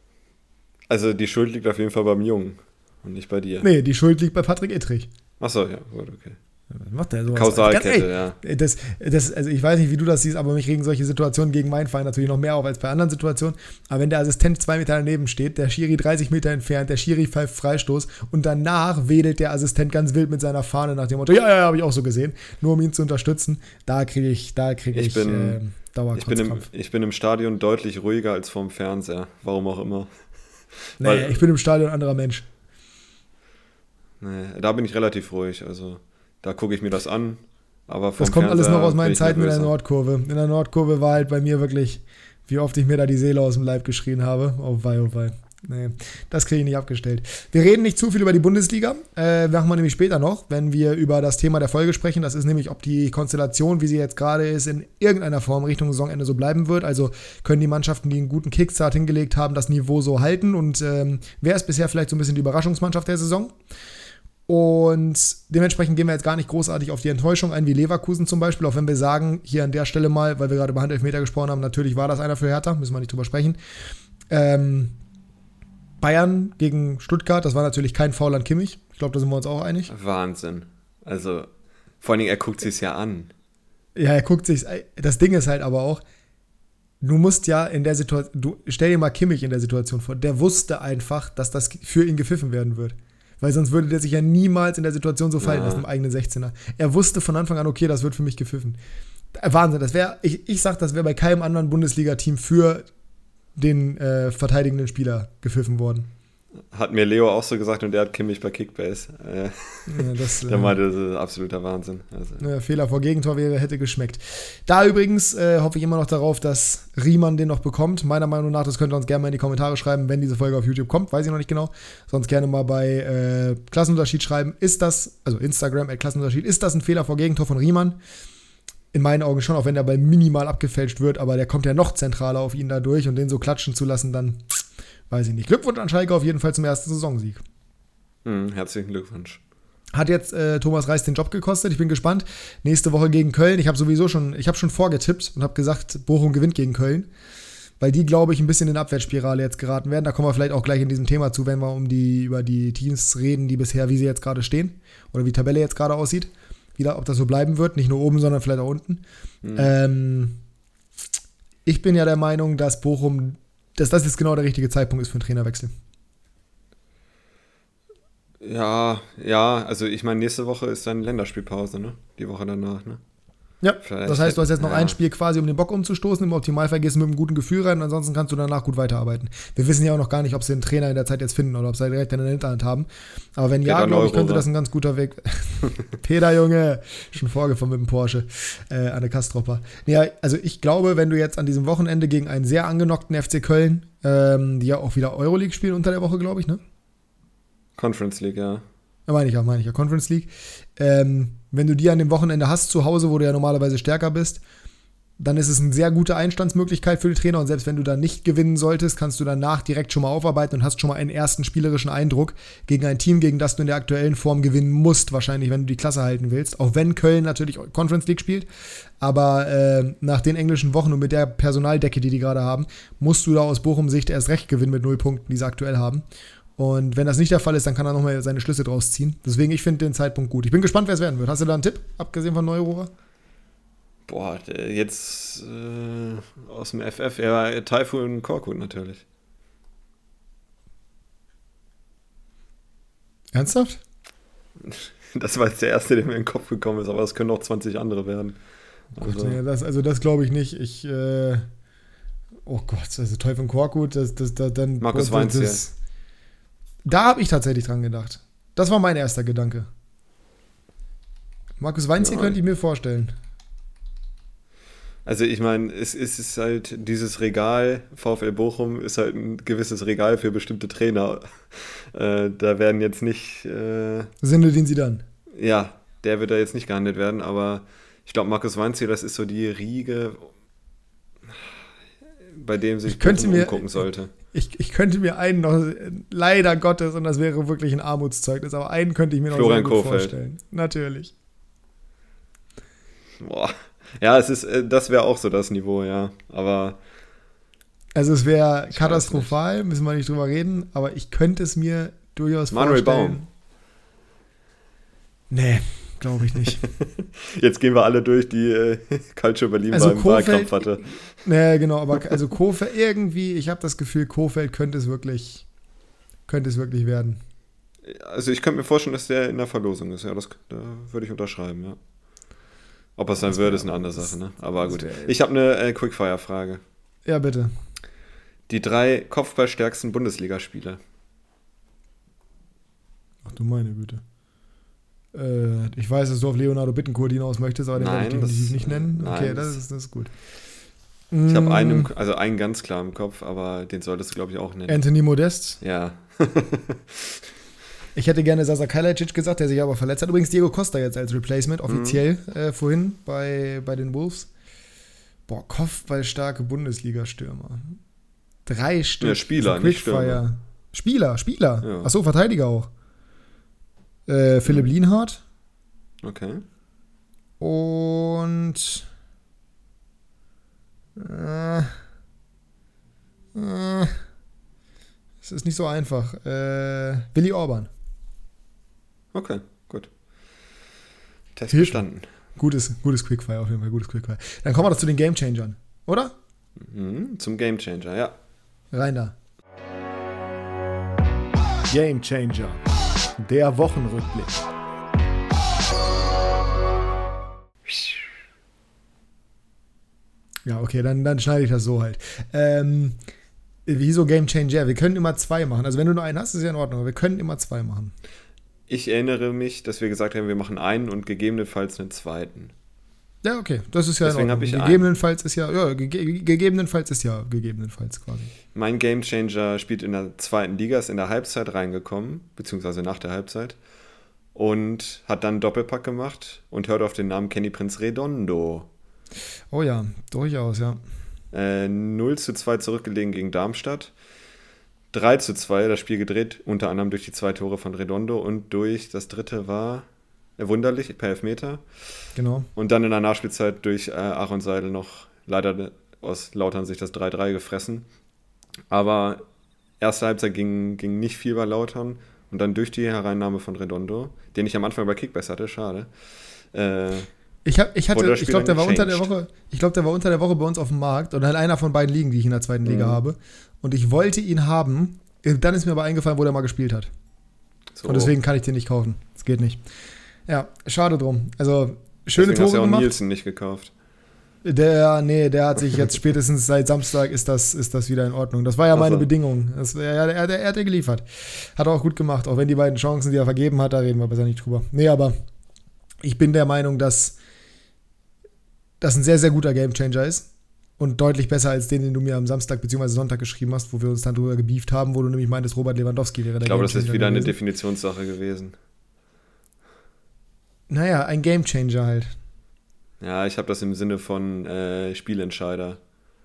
Also die Schuld liegt auf jeden Fall beim Jungen. Und nicht bei dir. Nee, die Schuld liegt bei Patrick Ittrich. Achso, ja, gut, okay. Was macht der sowas? Kausalkette, Ganz, ey, ja. Das, das, also ich weiß nicht, wie du das siehst, aber mich regen solche Situationen gegen meinen Verein natürlich noch mehr auf als bei anderen Situationen. Aber wenn der Assistent zwei Meter daneben steht, der Schiri dreißig Meter entfernt, der Schiri pfeift Freistoß und danach wedelt der Assistent ganz wild mit seiner Fahne nach dem Motto, ja, ja, ja, habe ich auch so gesehen, nur um ihn zu unterstützen, da kriege ich, da kriege ich, ich bin, äh, Dauerkotzkrampf. Ich bin, im, ich bin im Stadion deutlich ruhiger als vorm Fernseher, warum auch immer. Nee, Weil, ich bin im Stadion ein anderer Mensch. Nee, da bin ich relativ ruhig, also da gucke ich mir das an, aber vom Das kommt Fernseher alles noch aus meinen Zeiten nervöser. in der Nordkurve. In der Nordkurve war halt bei mir wirklich, wie oft ich mir da die Seele aus dem Leib geschrien habe. Oh wei, oh wei. Nee, das kriege ich nicht abgestellt. Wir reden nicht zu viel über die Bundesliga. Äh, machen wir nämlich später noch, wenn wir über das Thema der Folge sprechen. Das ist nämlich, ob die Konstellation, wie sie jetzt gerade ist, in irgendeiner Form Richtung Saisonende so bleiben wird. Also können die Mannschaften, die einen guten Kickstart hingelegt haben, das Niveau so halten. Und ähm, wer ist bisher vielleicht so ein bisschen die Überraschungsmannschaft der Saison? Und dementsprechend gehen wir jetzt gar nicht großartig auf die Enttäuschung ein, wie Leverkusen zum Beispiel, auch wenn wir sagen, hier an der Stelle mal, weil wir gerade über Handelfmeter gesprochen haben, natürlich war das einer für Hertha, müssen wir nicht drüber sprechen. Ähm, Bayern gegen Stuttgart, das war natürlich kein Foul an Kimmich. Ich glaube, da sind wir uns auch einig. Wahnsinn. Also, vor allen Dingen, er guckt sich's ja an. Ja, er guckt sich's. Das Ding ist halt aber auch, du musst ja in der Situation, du stell dir mal Kimmich in der Situation vor, der wusste einfach, dass das für ihn gepfiffen werden wird. Weil sonst würde der sich ja niemals in der Situation so fallen lassen, ja. Im eigenen sechzehner. Er wusste von Anfang an, okay, das wird für mich gepfiffen. Wahnsinn, das wäre, ich, ich sag, das wäre bei keinem anderen Bundesliga-Team für den äh, verteidigenden Spieler gepfiffen worden. Hat mir Leo auch so gesagt und der hat Kimmich bei Kickbase. Äh, ja, das, der meinte, das ist absoluter Wahnsinn. Also. Ja, Fehler vor Gegentor wäre, hätte geschmeckt. Da übrigens äh, hoffe ich immer noch darauf, dass Riemann den noch bekommt. Meiner Meinung nach, das könnt ihr uns gerne mal in die Kommentare schreiben, wenn diese Folge auf YouTube kommt. Weiß ich noch nicht genau. Sonst gerne mal bei äh, Klassenunterschied schreiben. Ist das, also Instagram, at Klassenunterschied, ist das ein Fehler vor Gegentor von Riemann? In meinen Augen schon, auch wenn der Ball minimal abgefälscht wird, aber der kommt ja noch zentraler auf ihn da durch und den so klatschen zu lassen, dann weiß ich nicht. Glückwunsch an Schalke auf jeden Fall zum ersten Saisonsieg. Hm, herzlichen Glückwunsch. Hat jetzt äh, Thomas Reis den Job gekostet. Ich bin gespannt. Nächste Woche gegen Köln. Ich habe sowieso schon, ich habe schon vorgetippt und habe gesagt, Bochum gewinnt gegen Köln. Weil die, glaube ich, ein bisschen in Abwärtsspirale jetzt geraten werden. Da kommen wir vielleicht auch gleich in diesem Thema zu, wenn wir um die, über die Teams reden, die bisher, wie sie jetzt gerade stehen. Oder wie die Tabelle jetzt gerade aussieht. Wieder, ob das so bleiben wird. Nicht nur oben, sondern vielleicht auch unten. Mhm. Ähm, Ich bin ja der Meinung, dass Bochum, dass das jetzt genau der richtige Zeitpunkt ist für einen Trainerwechsel. Ja, ja, also ich meine, nächste Woche ist dann Länderspielpause, ne? Die Woche danach, ne? Ja, Vielleicht das heißt, du hast jetzt noch ja. ein Spiel quasi, um den Bock umzustoßen. Im Optimalfall gehst du mit einem guten Gefühl rein und ansonsten kannst du danach gut weiterarbeiten. Wir wissen ja auch noch gar nicht, ob sie einen Trainer in der Zeit jetzt finden oder ob sie direkt in der Hinterhand haben. Aber wenn ja, glaube ich, könnte das ein ganz guter Weg. Peter, Junge, schon vorgefahren mit dem Porsche äh, an der Kastropper. Ja, also ich glaube, wenn du jetzt an diesem Wochenende gegen einen sehr angenockten F C Köln, ähm, die ja auch wieder Euroleague spielen unter der Woche, glaube ich, ne? Conference League, ja. Ja, meine ich ja, meine ich ja, Conference League. Ähm, wenn du die an dem Wochenende hast zu Hause, wo du ja normalerweise stärker bist, dann ist es eine sehr gute Einstandsmöglichkeit für die Trainer und selbst wenn du dann nicht gewinnen solltest, kannst du danach direkt schon mal aufarbeiten und hast schon mal einen ersten spielerischen Eindruck gegen ein Team, gegen das du in der aktuellen Form gewinnen musst, wahrscheinlich, wenn du die Klasse halten willst. Auch wenn Köln natürlich Conference League spielt, aber äh, nach den englischen Wochen und mit der Personaldecke, die die gerade haben, musst du da aus Bochum-Sicht erst recht gewinnen mit null Punkten, die sie aktuell haben. Und wenn das nicht der Fall ist, dann kann er nochmal seine Schlüsse draus ziehen. Deswegen, ich finde den Zeitpunkt gut. Ich bin gespannt, wer es werden wird. Hast du da einen Tipp, abgesehen von Neurohrer? Boah, jetzt äh, aus dem F F, ja, Taifun Korkut natürlich. Ernsthaft? Das war jetzt der erste, der mir in den Kopf gekommen ist, aber es können auch zwanzig andere werden. Also, Gott, nee, das, also das glaube ich nicht. Ich, äh, oh Gott, also Taifun Korkut, das, das, das, dann... Markus Weinzierl. Das, Da habe ich tatsächlich dran gedacht. Das war mein erster Gedanke. Markus Weinzierl ja. könnte ich mir vorstellen. Also ich meine, es, es ist halt dieses Regal, VfL Bochum ist halt ein gewisses Regal für bestimmte Trainer. Äh, da werden jetzt nicht... Äh, Zinedine Zidane. Ja, der wird da jetzt nicht gehandelt werden, aber ich glaube, Markus Weinzierl, das ist so die Riege, bei dem sich Bochum mir, umgucken sollte. Ich, ich könnte mir einen noch, leider Gottes, und das wäre wirklich ein Armutszeugnis, aber einen könnte ich mir noch Florian sehr gut Kohfeldt. vorstellen. Natürlich. Boah. Ja, es ist, das wäre auch so das Niveau, ja. Aber. Also es wäre katastrophal, müssen wir nicht drüber reden, aber ich könnte es mir durchaus Manuel vorstellen. Baum. Nee, glaube ich nicht. Jetzt gehen wir alle durch, die äh, Calcio Berlin also beim Wahlkampf hatte. Nee, genau, aber also Kohfeldt irgendwie, ich habe das Gefühl, Kohfeldt könnte es wirklich, könnte es wirklich werden. Also ich könnte mir vorstellen, dass der in der Verlosung ist, ja, das da würde ich unterschreiben, ja. Ob er es dann wird, ist eine andere Sache, ne? Aber gut. Ich habe eine äh, Quickfire-Frage. Ja, bitte. Die drei kopfballstärksten Bundesligaspieler. Ach du meine Güte. Äh, ich weiß, dass du auf Leonardo Bittencourt hinaus möchtest, aber den Nein, werde ich definitiv nicht nennen. Nein, okay, das ist, das ist gut. Ich habe einen, also einen ganz klar im Kopf, aber den solltest du, glaube ich, auch nennen. Anthony Modest? Ja. Ich hätte gerne Sasa Kalajdzic gesagt, der sich aber verletzt hat. Übrigens Diego Costa jetzt als Replacement, offiziell mhm. äh, vorhin bei, bei den Wolves. Boah, kopfballstarke Bundesliga-Stürmer. Drei Stück. Ja, Spieler, nicht Stürmer. Spieler, Spieler. Ja. Achso, Verteidiger auch. Äh, Philipp mhm. Lienhardt. Okay. Und äh, äh, es ist nicht so einfach. Äh, Willi Orban. Okay, gut. Test Hilf. bestanden. Gutes, gutes Quickfire, auf jeden Fall, gutes Quickfire. Dann kommen wir doch zu den Gamechangern, oder? Mhm, zum Gamechanger, ja. Rein da. Gamechanger. Der Wochenrückblick. Ja, okay, dann, dann schneide ich das so halt. Ähm, wieso Gamechanger? Wir können immer zwei machen. Also wenn du nur einen hast, ist ja in Ordnung, aber wir können immer zwei machen. Ich erinnere mich, dass wir gesagt haben, wir machen einen und gegebenenfalls einen zweiten. Ja, okay, das ist ja Deswegen in Ordnung. Ich gegebenenfalls einen. ist ja, ja, ge- gegebenenfalls ist ja gegebenenfalls quasi. Mein Gamechanger spielt in der zweiten Liga, ist in der Halbzeit reingekommen, beziehungsweise nach der Halbzeit und hat dann einen Doppelpack gemacht und hört auf den Namen Kenny Prince Redondo. Oh ja, durchaus, ja. Äh, null zu zwei zurückgelegen gegen Darmstadt. drei zu zwei das Spiel gedreht, unter anderem durch die zwei Tore von Redondo und durch, das dritte war äh, wunderlich, per Elfmeter. Genau. Und dann in der Nachspielzeit durch äh, Aaron Seidel noch leider aus Lautern sich das drei drei gefressen. Aber erste Halbzeit ging, ging nicht viel bei Lautern und dann durch die Hereinnahme von Redondo, den ich am Anfang bei Kickbase hatte, schade, äh, Ich, hab, ich hatte, ich glaube, der war changed. unter der Woche, ich glaube, der war unter der Woche bei uns auf dem Markt oder in einer von beiden Ligen, die ich in der zweiten Liga Mhm. habe. Und ich wollte ihn haben. Dann ist mir aber eingefallen, wo der mal gespielt hat. So. Und deswegen kann ich den nicht kaufen. Das geht nicht. Ja, schade drum. Also, schöne Deswegen hast du Tore ja auch gemacht. Nielsen nicht gekauft. Der, nee, der hat sich jetzt spätestens seit Samstag ist das, ist das wieder in Ordnung. Das war ja Ach meine so. Bedingung. Das, ja, er, er, er hat ja geliefert. Hat er auch gut gemacht. Auch wenn die beiden Chancen, die er vergeben hat, da reden wir besser nicht drüber. Nee, aber ich bin der Meinung, dass das ein sehr, sehr guter Gamechanger ist. Und deutlich besser als den, den du mir am Samstag bzw. Sonntag geschrieben hast, wo wir uns dann drüber gebieft haben, wo du nämlich meintest, Robert Lewandowski wäre der Ich glaube, das ist Gamechanger wieder eine gewesen. Definitionssache gewesen. Naja, ein Gamechanger halt. Ja, ich habe das im Sinne von äh, Spielentscheider.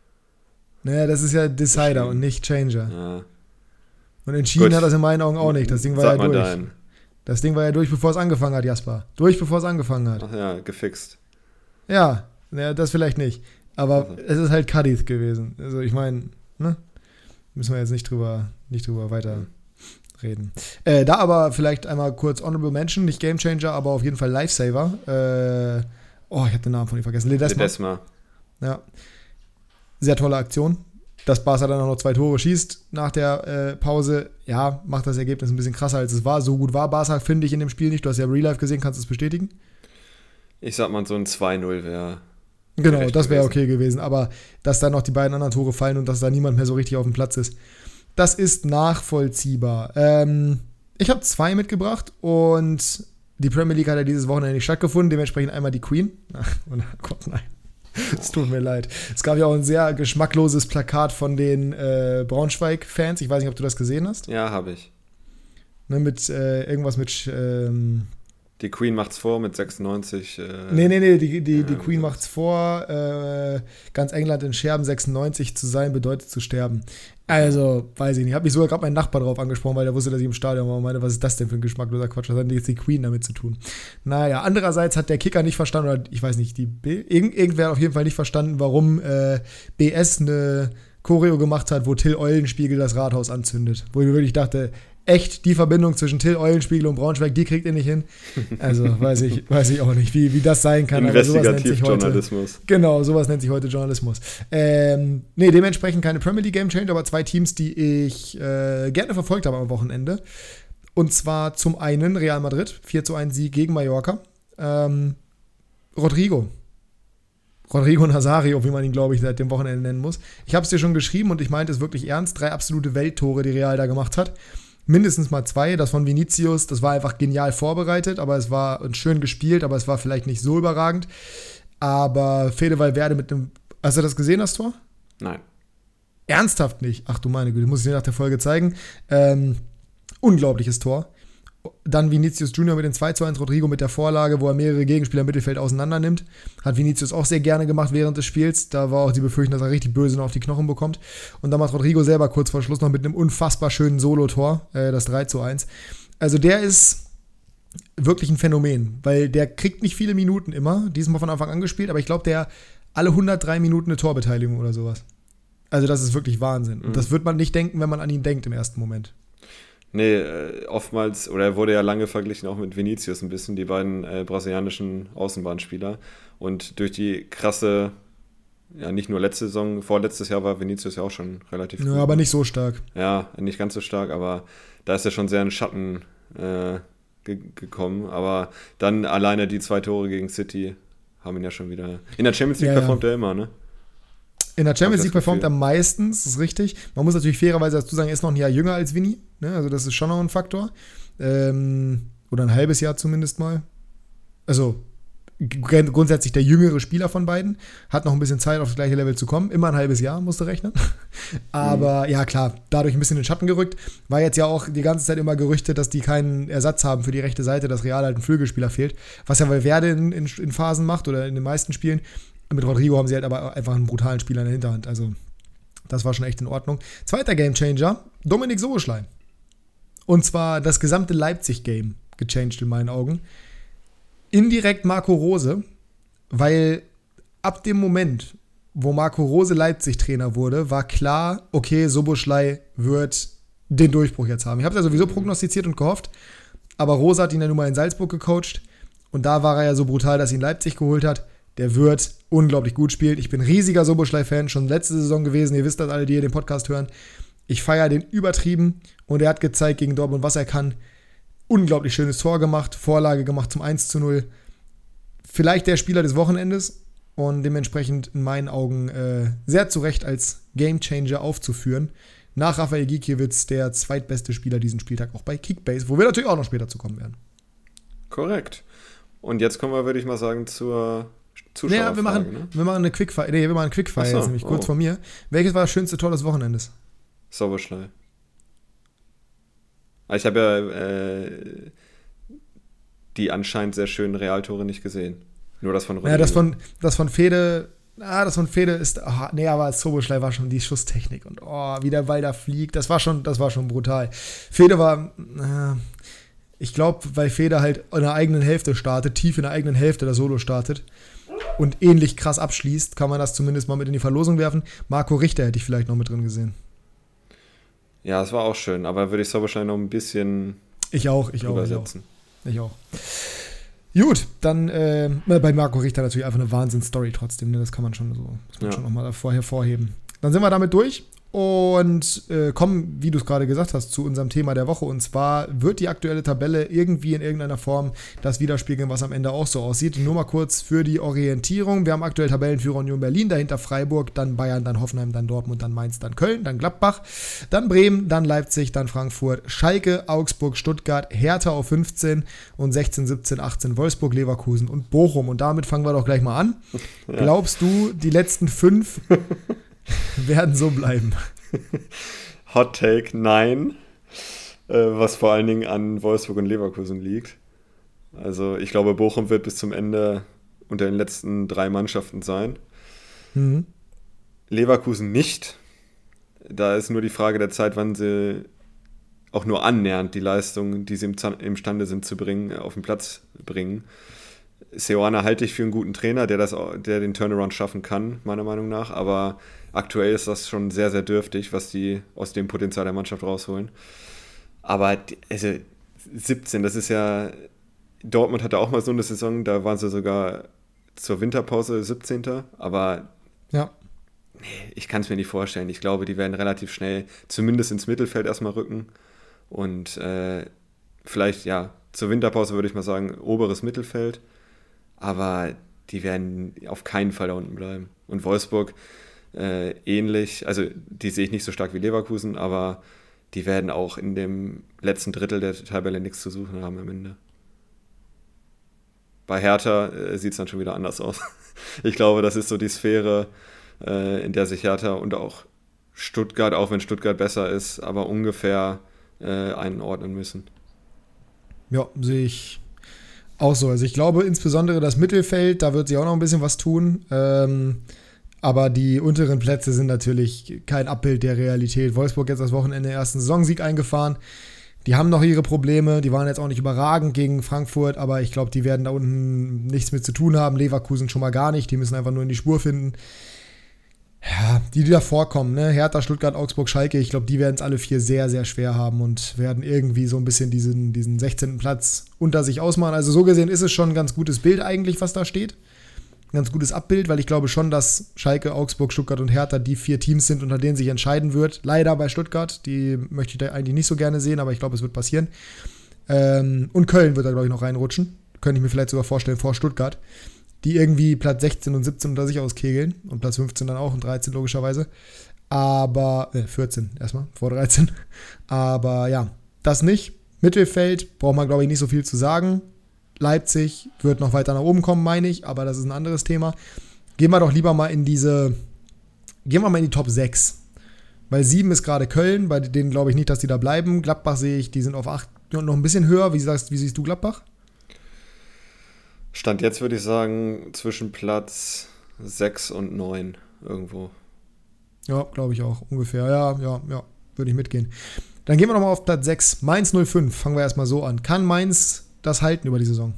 Naja, das ist ja Decider Entschieden. und nicht Changer. Ja. Und entschieden Gut. hat das in meinen Augen auch nicht. Das Ding war Sag ja mal durch. deinen. Das Ding war ja durch, bevor es angefangen hat, Jasper. Durch, bevor es angefangen hat. Ach ja, gefixt. Ja, ja, das vielleicht nicht. Aber Also. es ist halt Cadiz gewesen. Also ich meine, ne? Müssen wir jetzt nicht drüber, nicht drüber weiter Mhm. reden. Äh, da aber vielleicht einmal kurz Honorable Mention, nicht Gamechanger, aber auf jeden Fall Lifesaver. Äh, oh, ich habe den Namen von ihm vergessen. Ledesma. Ledesma. Ja. Sehr tolle Aktion. Dass Barca dann auch noch zwei Tore schießt nach der äh, Pause, ja, macht das Ergebnis ein bisschen krasser, als es war. So gut war Barca, finde ich, in dem Spiel nicht. Du hast ja Real Life gesehen, kannst du es bestätigen? Ich sag mal, so ein zwei null wäre. Genau, Gerecht das wäre gewesen. okay gewesen. Aber dass dann noch die beiden anderen Tore fallen und dass da niemand mehr so richtig auf dem Platz ist, das ist nachvollziehbar. Ähm, ich habe zwei mitgebracht und die Premier League hat ja dieses Wochenende nicht stattgefunden. Dementsprechend einmal die Queen. Ach, oh Gott, nein. Es tut mir leid. Es gab ja auch ein sehr geschmackloses Plakat von den äh, Braunschweig-Fans. Ich weiß nicht, ob du das gesehen hast. Ja, habe ich. Ne, mit äh, irgendwas mit. Ähm, Die Queen macht's vor mit sechsundneunzig. Äh, nee, nee, nee, die, die, ja, die Queen so. macht's vor. Äh, ganz England in Scherben sechsundneunzig zu sein, bedeutet zu sterben. Also, weiß ich nicht. Hab mich sogar gerade meinen Nachbar drauf angesprochen, weil der wusste, dass ich im Stadion war und meinte, was ist das denn für ein geschmackloser Quatsch? Was hat denn jetzt die Queen damit zu tun? Naja, andererseits hat der Kicker nicht verstanden, oder ich weiß nicht, die B- irgend, irgendwer hat auf jeden Fall nicht verstanden, warum äh, B S eine Choreo gemacht hat, wo Till Eulenspiegel das Rathaus anzündet. Wo ich wirklich dachte, echt, die Verbindung zwischen Till Eulenspiegel und Braunschweig, die kriegt ihr nicht hin. Also, weiß ich, weiß ich auch nicht, wie, wie das sein kann. aber sowas nennt sich heute- Investigativjournalismus. Genau, sowas nennt sich heute Journalismus. Ähm, nee, dementsprechend keine Premier League Game Changer, aber zwei Teams, die ich äh, gerne verfolgt habe am Wochenende. Und zwar zum einen Real Madrid, vier zu eins Sieg gegen Mallorca. Ähm, Rodrigo. Rodrigo Nazario, wie man ihn, glaube ich, seit dem Wochenende nennen muss. Ich habe es dir schon geschrieben und ich meinte es wirklich ernst. Drei absolute Welttore, die Real da gemacht hat. Mindestens mal zwei, das von Vinicius, das war einfach genial vorbereitet, aber es war und schön gespielt, aber es war vielleicht nicht so überragend. Aber Fede Valverde mit einem, hast du das gesehen, das Tor? Nein. Ernsthaft nicht. Ach du meine Güte, muss ich dir nach der Folge zeigen. Ähm, unglaubliches Tor. Dann Vinicius Junior mit dem zwei zu eins, Rodrigo mit der Vorlage, wo er mehrere Gegenspieler im Mittelfeld auseinander nimmt. Hat Vinicius auch sehr gerne gemacht während des Spiels. Da war auch die Befürchtung, dass er richtig böse noch auf die Knochen bekommt. Und dann macht Rodrigo selber kurz vor Schluss noch mit einem unfassbar schönen Solo-Tor, äh, das drei zu eins. Also der ist wirklich ein Phänomen, weil der kriegt nicht viele Minuten immer, diesmal von Anfang an gespielt, aber ich glaube, der alle hundertdrei Minuten eine Torbeteiligung oder sowas. Also das ist wirklich Wahnsinn. Und Mhm. das wird man nicht denken, wenn man an ihn denkt im ersten Moment. Nee, äh, oftmals, oder er wurde ja lange verglichen auch mit Vinicius ein bisschen, die beiden äh, brasilianischen Außenbahnspieler. Und durch die krasse, ja nicht nur letzte Saison, vorletztes Jahr war Vinicius ja auch schon relativ Ja, aber nicht so stark. Ja, nicht ganz so stark, aber da ist er schon sehr in Schatten äh, ge- gekommen. Aber dann alleine die zwei Tore gegen City haben ihn ja schon wieder. In der Champions League Ja, ja. performt er immer, ne? In der Champions Hab ich League das performt er Gefühl. meistens, das ist richtig. Man muss natürlich fairerweise dazu sagen, er ist noch ein Jahr jünger als Vinny. Ne? Also das ist schon noch ein Faktor. Ähm, oder ein halbes Jahr zumindest mal. Also g- grundsätzlich der jüngere Spieler von beiden. Hat noch ein bisschen Zeit, auf das gleiche Level zu kommen. Immer ein halbes Jahr, musst du rechnen. Aber ja, klar, dadurch ein bisschen in den Schatten gerückt. War jetzt ja auch die ganze Zeit immer gerüchtet, dass die keinen Ersatz haben für die rechte Seite, dass Real halt ein Flügelspieler fehlt. Was ja Valverde in, in, in Phasen macht oder in den meisten Spielen. Mit Rodrigo haben sie halt aber einfach einen brutalen Spieler in der Hinterhand. Also, das war schon echt in Ordnung. Zweiter Gamechanger, Dominik Soboschlei. Und zwar das gesamte Leipzig-Game gechanged in meinen Augen. Indirekt Marco Rose, weil ab dem Moment, wo Marco Rose Leipzig-Trainer wurde, war klar, okay, Soboschlei wird den Durchbruch jetzt haben. Ich habe es ja sowieso prognostiziert und gehofft, aber Rose hat ihn ja nun mal in Salzburg gecoacht. Und da war er ja so brutal, dass ihn Leipzig geholt hat. Der wird unglaublich gut spielen. Ich bin riesiger Szoboszlai-Fan, schon letzte Saison gewesen. Ihr wisst das alle, die hier den Podcast hören. Ich feiere den übertrieben und er hat gezeigt gegen Dortmund, was er kann. Unglaublich schönes Tor gemacht, Vorlage gemacht zum eins zu null. Vielleicht der Spieler des Wochenendes und dementsprechend in meinen Augen äh, sehr zu Recht als Gamechanger aufzuführen. Nach Rafael Gikiewicz der zweitbeste Spieler diesen Spieltag auch bei Kickbase, wo wir natürlich auch noch später zu kommen werden. Korrekt. Und jetzt kommen wir, würde ich mal sagen, zur Zuschauerfrage. Ja, wir machen, ne? wir machen eine Quickfire. Nee, wir machen eine Quickfire so, jetzt nämlich kurz oh. vor mir. Welches war das schönste Tor des Wochenendes? Szoboszlai. Ich habe ja äh, die anscheinend sehr schönen Realtore nicht gesehen. Nur das von Rodrigo. Ja, das von, das von Fede, ah, das von Fede ist, ach, nee, aber Szoboszlai war schon die Schusstechnik und oh, wie der Ball da fliegt, das war schon, das war schon brutal. Fede war, äh, ich glaube, weil Fede halt in der eigenen Hälfte startet, tief in der eigenen Hälfte der Solo startet und ähnlich krass abschließt, kann man das zumindest mal mit in die Verlosung werfen. Marco Richter hätte ich vielleicht noch mit drin gesehen. Ja, es war auch schön, aber würde ich Szoboszlai noch ein bisschen Ich auch, ich auch, ich auch. setzen. Ich auch. Gut, dann äh, bei Marco Richter natürlich einfach eine Wahnsinns-Story trotzdem, ne? Das kann man schon so, muss man Ja. schon nochmal vorher hervorheben. Dann sind wir damit durch und äh, kommen, wie du es gerade gesagt hast, zu unserem Thema der Woche. Und zwar wird die aktuelle Tabelle irgendwie in irgendeiner Form das widerspiegeln, was am Ende auch so aussieht. Nur mal kurz für die Orientierung. Wir haben aktuell Tabellenführer Union Berlin, dahinter Freiburg, dann Bayern, dann Hoffenheim, dann Dortmund, dann Mainz, dann Köln, dann Gladbach, dann Bremen, dann Leipzig, dann Frankfurt, Schalke, Augsburg, Stuttgart, Hertha auf fünfzehn und sechzehn, siebzehn, achtzehn Wolfsburg, Leverkusen und Bochum. Und damit fangen wir doch gleich mal an. Ja. Glaubst du, die letzten fünf werden so bleiben? Hot Take, nein. Äh, was vor allen Dingen an Wolfsburg und Leverkusen liegt. Also ich glaube, Bochum wird bis zum Ende unter den letzten drei Mannschaften sein. Mhm. Leverkusen nicht. Da ist nur die Frage der Zeit, wann sie auch nur annähernd die Leistung, die sie im Z- imstande sind zu bringen, auf den Platz bringen. Seoane halte ich für einen guten Trainer, der, das, der den Turnaround schaffen kann, meiner Meinung nach. Aber aktuell ist das schon sehr, sehr dürftig, was die aus dem Potenzial der Mannschaft rausholen. Aber die, also siebzehn, das ist ja... Dortmund hatte auch mal so eine Saison, da waren sie sogar zur Winterpause siebzehnter Aber ja. ich kann es mir nicht vorstellen. Ich glaube, die werden relativ schnell zumindest ins Mittelfeld erstmal rücken. Und äh, vielleicht, ja, zur Winterpause würde ich mal sagen, oberes Mittelfeld. Aber die werden auf keinen Fall da unten bleiben. Und Wolfsburg äh, ähnlich, also die sehe ich nicht so stark wie Leverkusen, aber die werden auch in dem letzten Drittel der Tabelle nichts zu suchen haben am Ende. Bei Hertha äh, sieht es dann schon wieder anders aus. Ich glaube, das ist so die Sphäre, äh, in der sich Hertha und auch Stuttgart, auch wenn Stuttgart besser ist, aber ungefähr äh, einordnen müssen. Ja, sehe ich auch so. Also ich glaube insbesondere das Mittelfeld, da wird sich auch noch ein bisschen was tun. Ähm, aber die unteren Plätze sind natürlich kein Abbild der Realität. Wolfsburg jetzt das Wochenende ersten Saisonsieg eingefahren. Die haben noch ihre Probleme. Die waren jetzt auch nicht überragend gegen Frankfurt, aber ich glaube, die werden da unten nichts mit zu tun haben. Leverkusen schon mal gar nicht. Die müssen einfach nur in die Spur finden. Ja, die, die da vorkommen, ne? Hertha, Stuttgart, Augsburg, Schalke, ich glaube, die werden es alle vier sehr, sehr schwer haben und werden irgendwie so ein bisschen diesen, diesen sechzehnten Platz unter sich ausmachen. Also so gesehen ist es schon ein ganz gutes Bild eigentlich, was da steht. Ein ganz gutes Abbild, weil ich glaube schon, dass Schalke, Augsburg, Stuttgart und Hertha die vier Teams sind, unter denen sich entscheiden wird. Leider bei Stuttgart, die möchte ich da eigentlich nicht so gerne sehen, aber ich glaube, es wird passieren. Ähm, und Köln wird da, glaube ich, noch reinrutschen. Könnte ich mir vielleicht sogar vorstellen, vor Stuttgart. Die irgendwie Platz sechzehn und siebzehn unter sich auskegeln und Platz fünfzehn dann auch und dreizehn logischerweise. Aber, äh, vierzehn erstmal, vor dreizehn. Aber ja, das nicht. Mittelfeld braucht man, glaube ich, nicht so viel zu sagen. Leipzig wird noch weiter nach oben kommen, meine ich, aber das ist ein anderes Thema. Gehen wir doch lieber mal in diese, gehen wir mal in die Top sechs. Weil sieben ist gerade Köln, bei denen glaube ich nicht, dass die da bleiben. Gladbach sehe ich, die sind auf acht und noch ein bisschen höher. Wie, sagst, wie siehst du Gladbach? Stand jetzt würde ich sagen zwischen Platz sechs und neun irgendwo. Ja, glaube ich auch, ungefähr. Ja, ja, ja, würde ich mitgehen. Dann gehen wir nochmal auf Platz sechs. Mainz null fünf, fangen wir erstmal so an. Kann Mainz das halten über die Saison?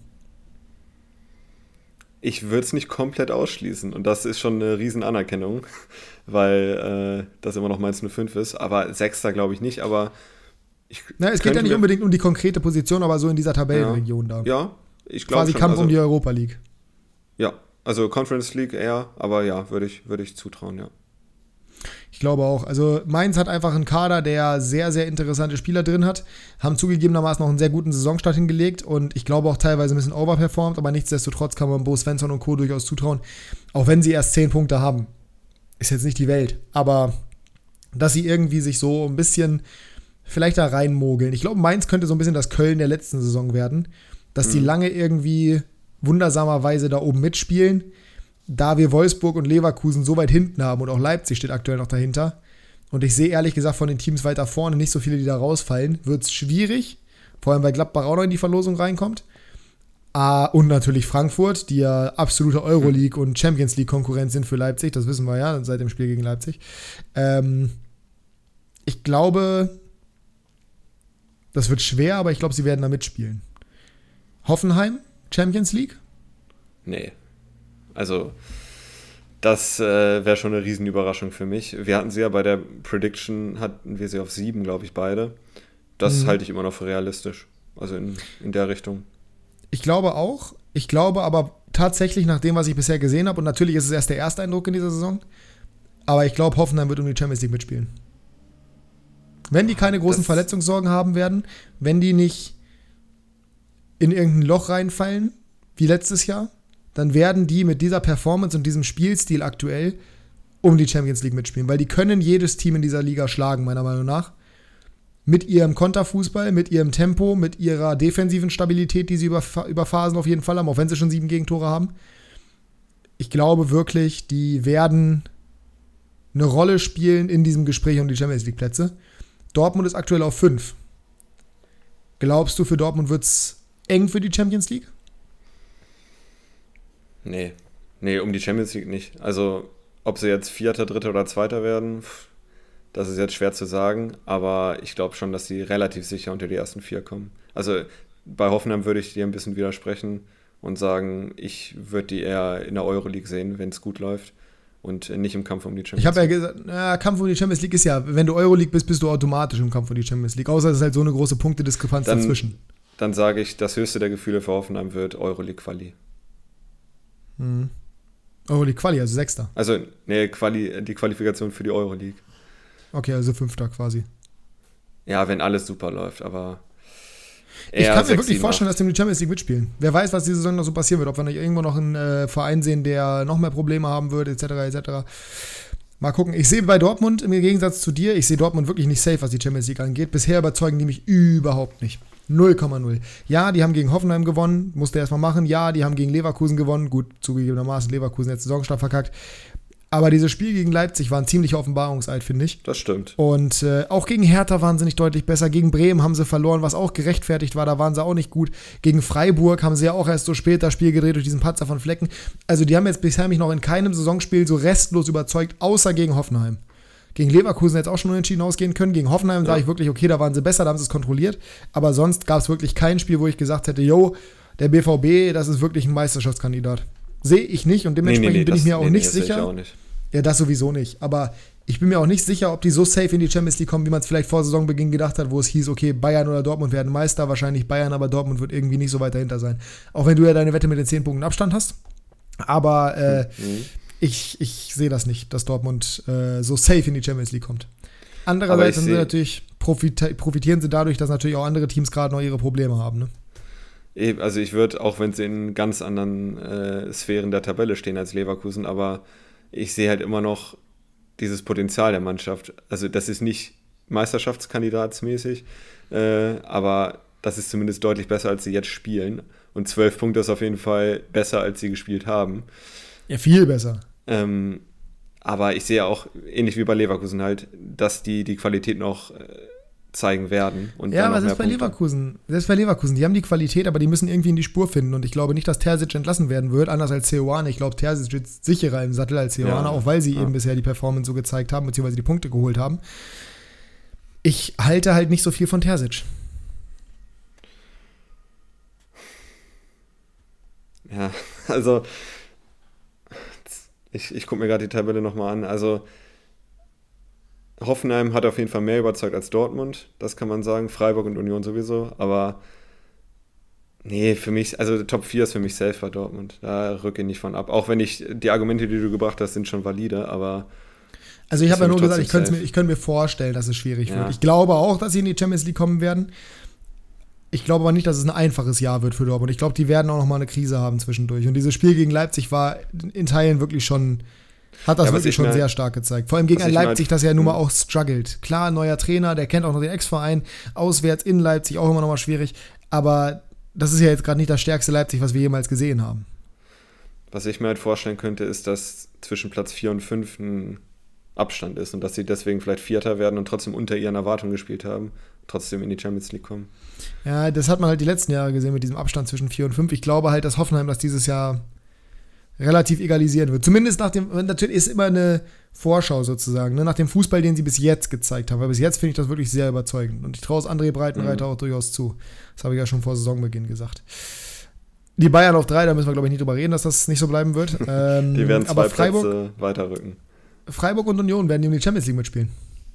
Ich würde es nicht komplett ausschließen und das ist schon eine riesen Anerkennung, weil äh, das immer noch Mainz null fünf ist, aber Sechster glaube ich nicht, aber ich Na, es geht ja nicht unbedingt um die konkrete Position, aber so in dieser Tabellenregion ja, da. Ja, ich glaube Quasi schon, Kampf also, um die Europa League. Ja, also Conference League eher, aber ja, würde ich, würde ich zutrauen, ja. Ich glaube auch. Also Mainz hat einfach einen Kader, der sehr, sehr interessante Spieler drin hat. Haben zugegebenermaßen noch einen sehr guten Saisonstart hingelegt und ich glaube auch teilweise ein bisschen overperformed, aber nichtsdestotrotz kann man Bo Svensson und Co. durchaus zutrauen, auch wenn sie erst zehn Punkte haben. Ist jetzt nicht die Welt, aber dass sie irgendwie sich so ein bisschen vielleicht da reinmogeln. Ich glaube, Mainz könnte so ein bisschen das Köln der letzten Saison werden, dass mhm. die lange irgendwie wundersamerweise da oben mitspielen, da wir Wolfsburg und Leverkusen so weit hinten haben und auch Leipzig steht aktuell noch dahinter. Und ich sehe ehrlich gesagt von den Teams weiter vorne nicht so viele, die da rausfallen. Wird es schwierig, vor allem weil Gladbach auch noch in die Verlosung reinkommt. Ah, und natürlich Frankfurt, die ja absolute Euroleague- und Champions League-Konkurrenz sind für Leipzig. Das wissen wir ja seit dem Spiel gegen Leipzig. Ähm, ich glaube, das wird schwer, aber ich glaube, sie werden da mitspielen. Hoffenheim, Champions League? Nee. Also, das äh, wäre schon eine Riesenüberraschung für mich. Wir hatten sie ja bei der Prediction, hatten wir sie auf sieben, glaube ich, beide. Das mhm. halte ich immer noch für realistisch. Also in, in der Richtung. Ich glaube auch. Ich glaube aber tatsächlich, nach dem, was ich bisher gesehen habe, und natürlich ist es erst der erste Eindruck in dieser Saison, aber ich glaube, Hoffenheim wird um die Champions League mitspielen. Wenn die keine großen das Verletzungssorgen haben werden, wenn die nicht in irgendein Loch reinfallen, wie letztes Jahr, dann werden die mit dieser Performance und diesem Spielstil aktuell um die Champions League mitspielen, weil die können jedes Team in dieser Liga schlagen, meiner Meinung nach. Mit ihrem Konterfußball, mit ihrem Tempo, mit ihrer defensiven Stabilität, die sie über, über Phasen auf jeden Fall haben, auch wenn sie schon sieben Gegentore haben. Ich glaube wirklich, die werden eine Rolle spielen in diesem Gespräch um die Champions League Plätze. Dortmund ist aktuell auf fünf. Glaubst du, für Dortmund wird es eng für die Champions League? Nee, nee, um die Champions League nicht. Also, ob sie jetzt Vierter, Dritter oder Zweiter werden, das ist jetzt schwer zu sagen, aber ich glaube schon, dass sie relativ sicher unter die ersten vier kommen. Also, bei Hoffenheim würde ich dir ein bisschen widersprechen und sagen, ich würde die eher in der Euroleague sehen, wenn es gut läuft und nicht im Kampf um die Champions League. Ich habe ja gesagt, na, Kampf um die Champions League ist ja, wenn du Euroleague bist, bist du automatisch im Kampf um die Champions League, außer es ist halt so eine große Punktediskrepanz dann, dazwischen. Dann sage ich, das höchste der Gefühle für Hoffenheim wird Euroleague-Quali. Mhm. Euroleague Quali, also Sechster. Also, nee, Quali, die Qualifikation für die Euroleague. Okay, also Fünfter quasi. Ja, wenn alles super läuft, aber ich kann mir wirklich vorstellen, dass die in die Champions League mitspielen. Wer weiß, was diese Saison noch so passieren wird. Ob wir nicht irgendwo noch einen äh, Verein sehen, der noch mehr Probleme haben wird, et cetera, et cetera. Mal gucken. Ich sehe bei Dortmund, im Gegensatz zu dir, ich sehe Dortmund wirklich nicht safe, was die Champions League angeht. Bisher überzeugen die mich überhaupt nicht. null Komma null. Ja, die haben gegen Hoffenheim gewonnen, musste erstmal machen. Ja, die haben gegen Leverkusen gewonnen. Gut, zugegebenermaßen Leverkusen jetzt Saisonstart verkackt. Aber dieses Spiel gegen Leipzig war ein ziemlicher Offenbarungseid, finde ich. Das stimmt. Und äh, auch gegen Hertha waren sie nicht deutlich besser. Gegen Bremen haben sie verloren, was auch gerechtfertigt war. Da waren sie auch nicht gut. Gegen Freiburg haben sie ja auch erst so spät das Spiel gedreht durch diesen Patzer von Flecken. Also die haben jetzt bisher mich noch in keinem Saisonspiel so restlos überzeugt, außer gegen Hoffenheim. Gegen Leverkusen jetzt auch schon unentschieden ausgehen können. Gegen Hoffenheim ja. sage ich wirklich, okay, da waren sie besser, da haben sie es kontrolliert. Aber sonst gab es wirklich kein Spiel, wo ich gesagt hätte, yo, der B V B, das ist wirklich ein Meisterschaftskandidat. Sehe ich nicht und dementsprechend nee, nee, nee, bin das, ich mir auch nee, nicht nee, sicher. Auch nicht. Ja, das sowieso nicht. Aber ich bin mir auch nicht sicher, ob die so safe in die Champions League kommen, wie man es vielleicht vor Saisonbeginn gedacht hat, wo es hieß, okay, Bayern oder Dortmund werden Meister. Wahrscheinlich Bayern, aber Dortmund wird irgendwie nicht so weit dahinter sein. Auch wenn du ja deine Wette mit den zehn Punkten Abstand hast. Aber äh, mhm. ich, ich sehe das nicht, dass Dortmund äh, so safe in die Champions League kommt. Andererseits sind sie natürlich, profita- profitieren sie dadurch, dass natürlich auch andere Teams gerade noch ihre Probleme haben, ne? Also ich würde, auch wenn sie in ganz anderen äh, Sphären der Tabelle stehen als Leverkusen, aber ich sehe halt immer noch dieses Potenzial der Mannschaft. Also das ist nicht meisterschaftskandidatsmäßig, äh, aber das ist zumindest deutlich besser, als sie jetzt spielen. Und zwölf Punkte ist auf jeden Fall besser, als sie gespielt haben. Ja, viel besser. Ähm, aber ich sehe auch, ähnlich wie bei Leverkusen halt, dass die die Qualität noch äh, zeigen werden. Und ja, aber selbst bei Leverkusen, selbst bei Leverkusen, die haben die Qualität, aber die müssen irgendwie in die Spur finden. Und ich glaube nicht, dass Terzic entlassen werden wird, anders als Seoane. Ich glaube, Terzic ist sicherer im Sattel als Seoane, ja, auch weil sie ja. eben bisher die Performance so gezeigt haben, beziehungsweise die Punkte geholt haben. Ich halte halt nicht so viel von Terzic. Ja, also ich, ich gucke mir gerade die Tabelle nochmal an. Also Hoffenheim hat auf jeden Fall mehr überzeugt als Dortmund, das kann man sagen. Freiburg und Union sowieso, aber Nee, für mich, also Top vier ist für mich safe bei Dortmund. Da rücke ich nicht von ab. Auch wenn ich, die Argumente, die du gebracht hast, sind schon valide, aber. Also ich habe ja nur gesagt, ich könnte safe. mir, ich könnte mir vorstellen, dass es schwierig Ja. wird. Ich glaube auch, dass sie in die Champions League kommen werden. Ich glaube aber nicht, dass es ein einfaches Jahr wird für Dortmund. Ich glaube, die werden auch noch mal eine Krise haben zwischendurch. Und dieses Spiel gegen Leipzig war in Teilen wirklich schon, hat das Ja, was wirklich ich schon mir- sehr stark gezeigt. Vor allem gegen was ein ich mir Leipzig, halt- das ja nun mal hm. auch struggelt. Klar, neuer Trainer, der kennt auch noch den Ex-Verein. Auswärts in Leipzig auch immer noch mal schwierig. Aber das ist ja jetzt gerade nicht das stärkste Leipzig, was wir jemals gesehen haben. Was ich mir halt vorstellen könnte, ist, dass zwischen Platz vier und fünf ein Abstand ist und dass sie deswegen vielleicht Vierter werden und trotzdem unter ihren Erwartungen gespielt haben, trotzdem in die Champions League kommen. Ja, das hat man halt die letzten Jahre gesehen mit diesem Abstand zwischen vier und fünf. Ich glaube halt, dass Hoffenheim das dieses Jahr relativ egalisieren wird. Zumindest nach dem, natürlich ist immer eine Vorschau sozusagen, ne, nach dem Fußball, den sie bis jetzt gezeigt haben. Weil bis jetzt finde ich das wirklich sehr überzeugend. Und ich traue es André Breitenreiter Mhm. auch durchaus zu. Das habe ich ja schon vor Saisonbeginn gesagt. Die Bayern auf drei, da müssen wir, glaube ich, nicht drüber reden, dass das nicht so bleiben wird. Ähm, Die werden zwei aber Freiburg, Plätze weiterrücken. Freiburg und Union werden die um die Champions League mitspielen.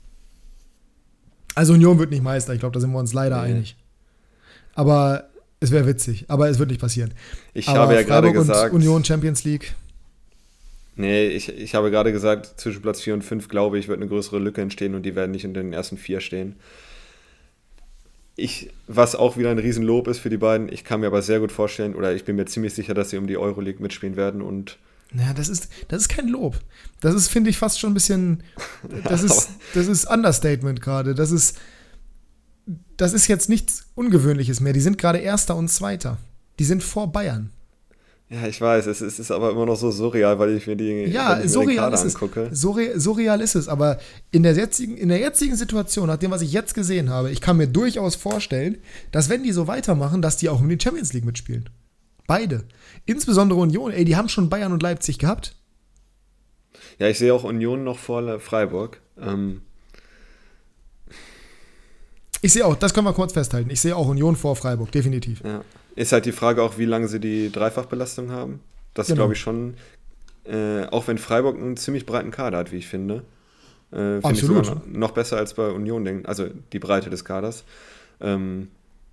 Also Union wird nicht Meister, ich glaube, da sind wir uns leider Nee. einig. Aber es wäre witzig, aber es wird nicht passieren. Ich aber habe ja gerade Freiburg gesagt, und Union Champions League. nee, ich, ich habe gerade gesagt, zwischen Platz vier und fünf, glaube ich, wird eine größere Lücke entstehen und die werden nicht in den ersten vier stehen. Ich, was auch wieder ein Riesenlob ist für die beiden, ich kann mir aber sehr gut vorstellen, oder ich bin mir ziemlich sicher, dass sie um die Euroleague mitspielen werden und Naja, das ist, das ist kein Lob. Das ist, finde ich, fast schon ein bisschen, das ist, das ist Understatement gerade. Das ist, das ist jetzt nichts Ungewöhnliches mehr. Die sind gerade Erster und Zweiter. Die sind vor Bayern. ja, ich weiß, es ist, es ist aber immer noch so surreal, weil ich mir die Ja, wenn ich mir so den real Kader ist es. angucke. So, re, so real ist es. Aber in der, jetzigen, in der jetzigen Situation, nach dem, was ich jetzt gesehen habe, ich kann mir durchaus vorstellen, dass wenn die so weitermachen, dass die auch um die Champions League mitspielen. Beide. Insbesondere Union, ey, die haben schon Bayern und Leipzig gehabt. Ja, ich sehe auch Union noch vor Freiburg. Ähm, Ich sehe auch, das können wir kurz festhalten, ich sehe auch Union vor Freiburg, definitiv. ja. Ist halt die Frage auch, wie lange sie die Dreifachbelastung haben. Das Genau. glaube ich schon, äh, auch wenn Freiburg einen ziemlich breiten Kader hat, wie ich finde. Äh, finde ich Absolut. sogar noch, noch besser als bei Union, den- also die Breite des Kaders. Ähm,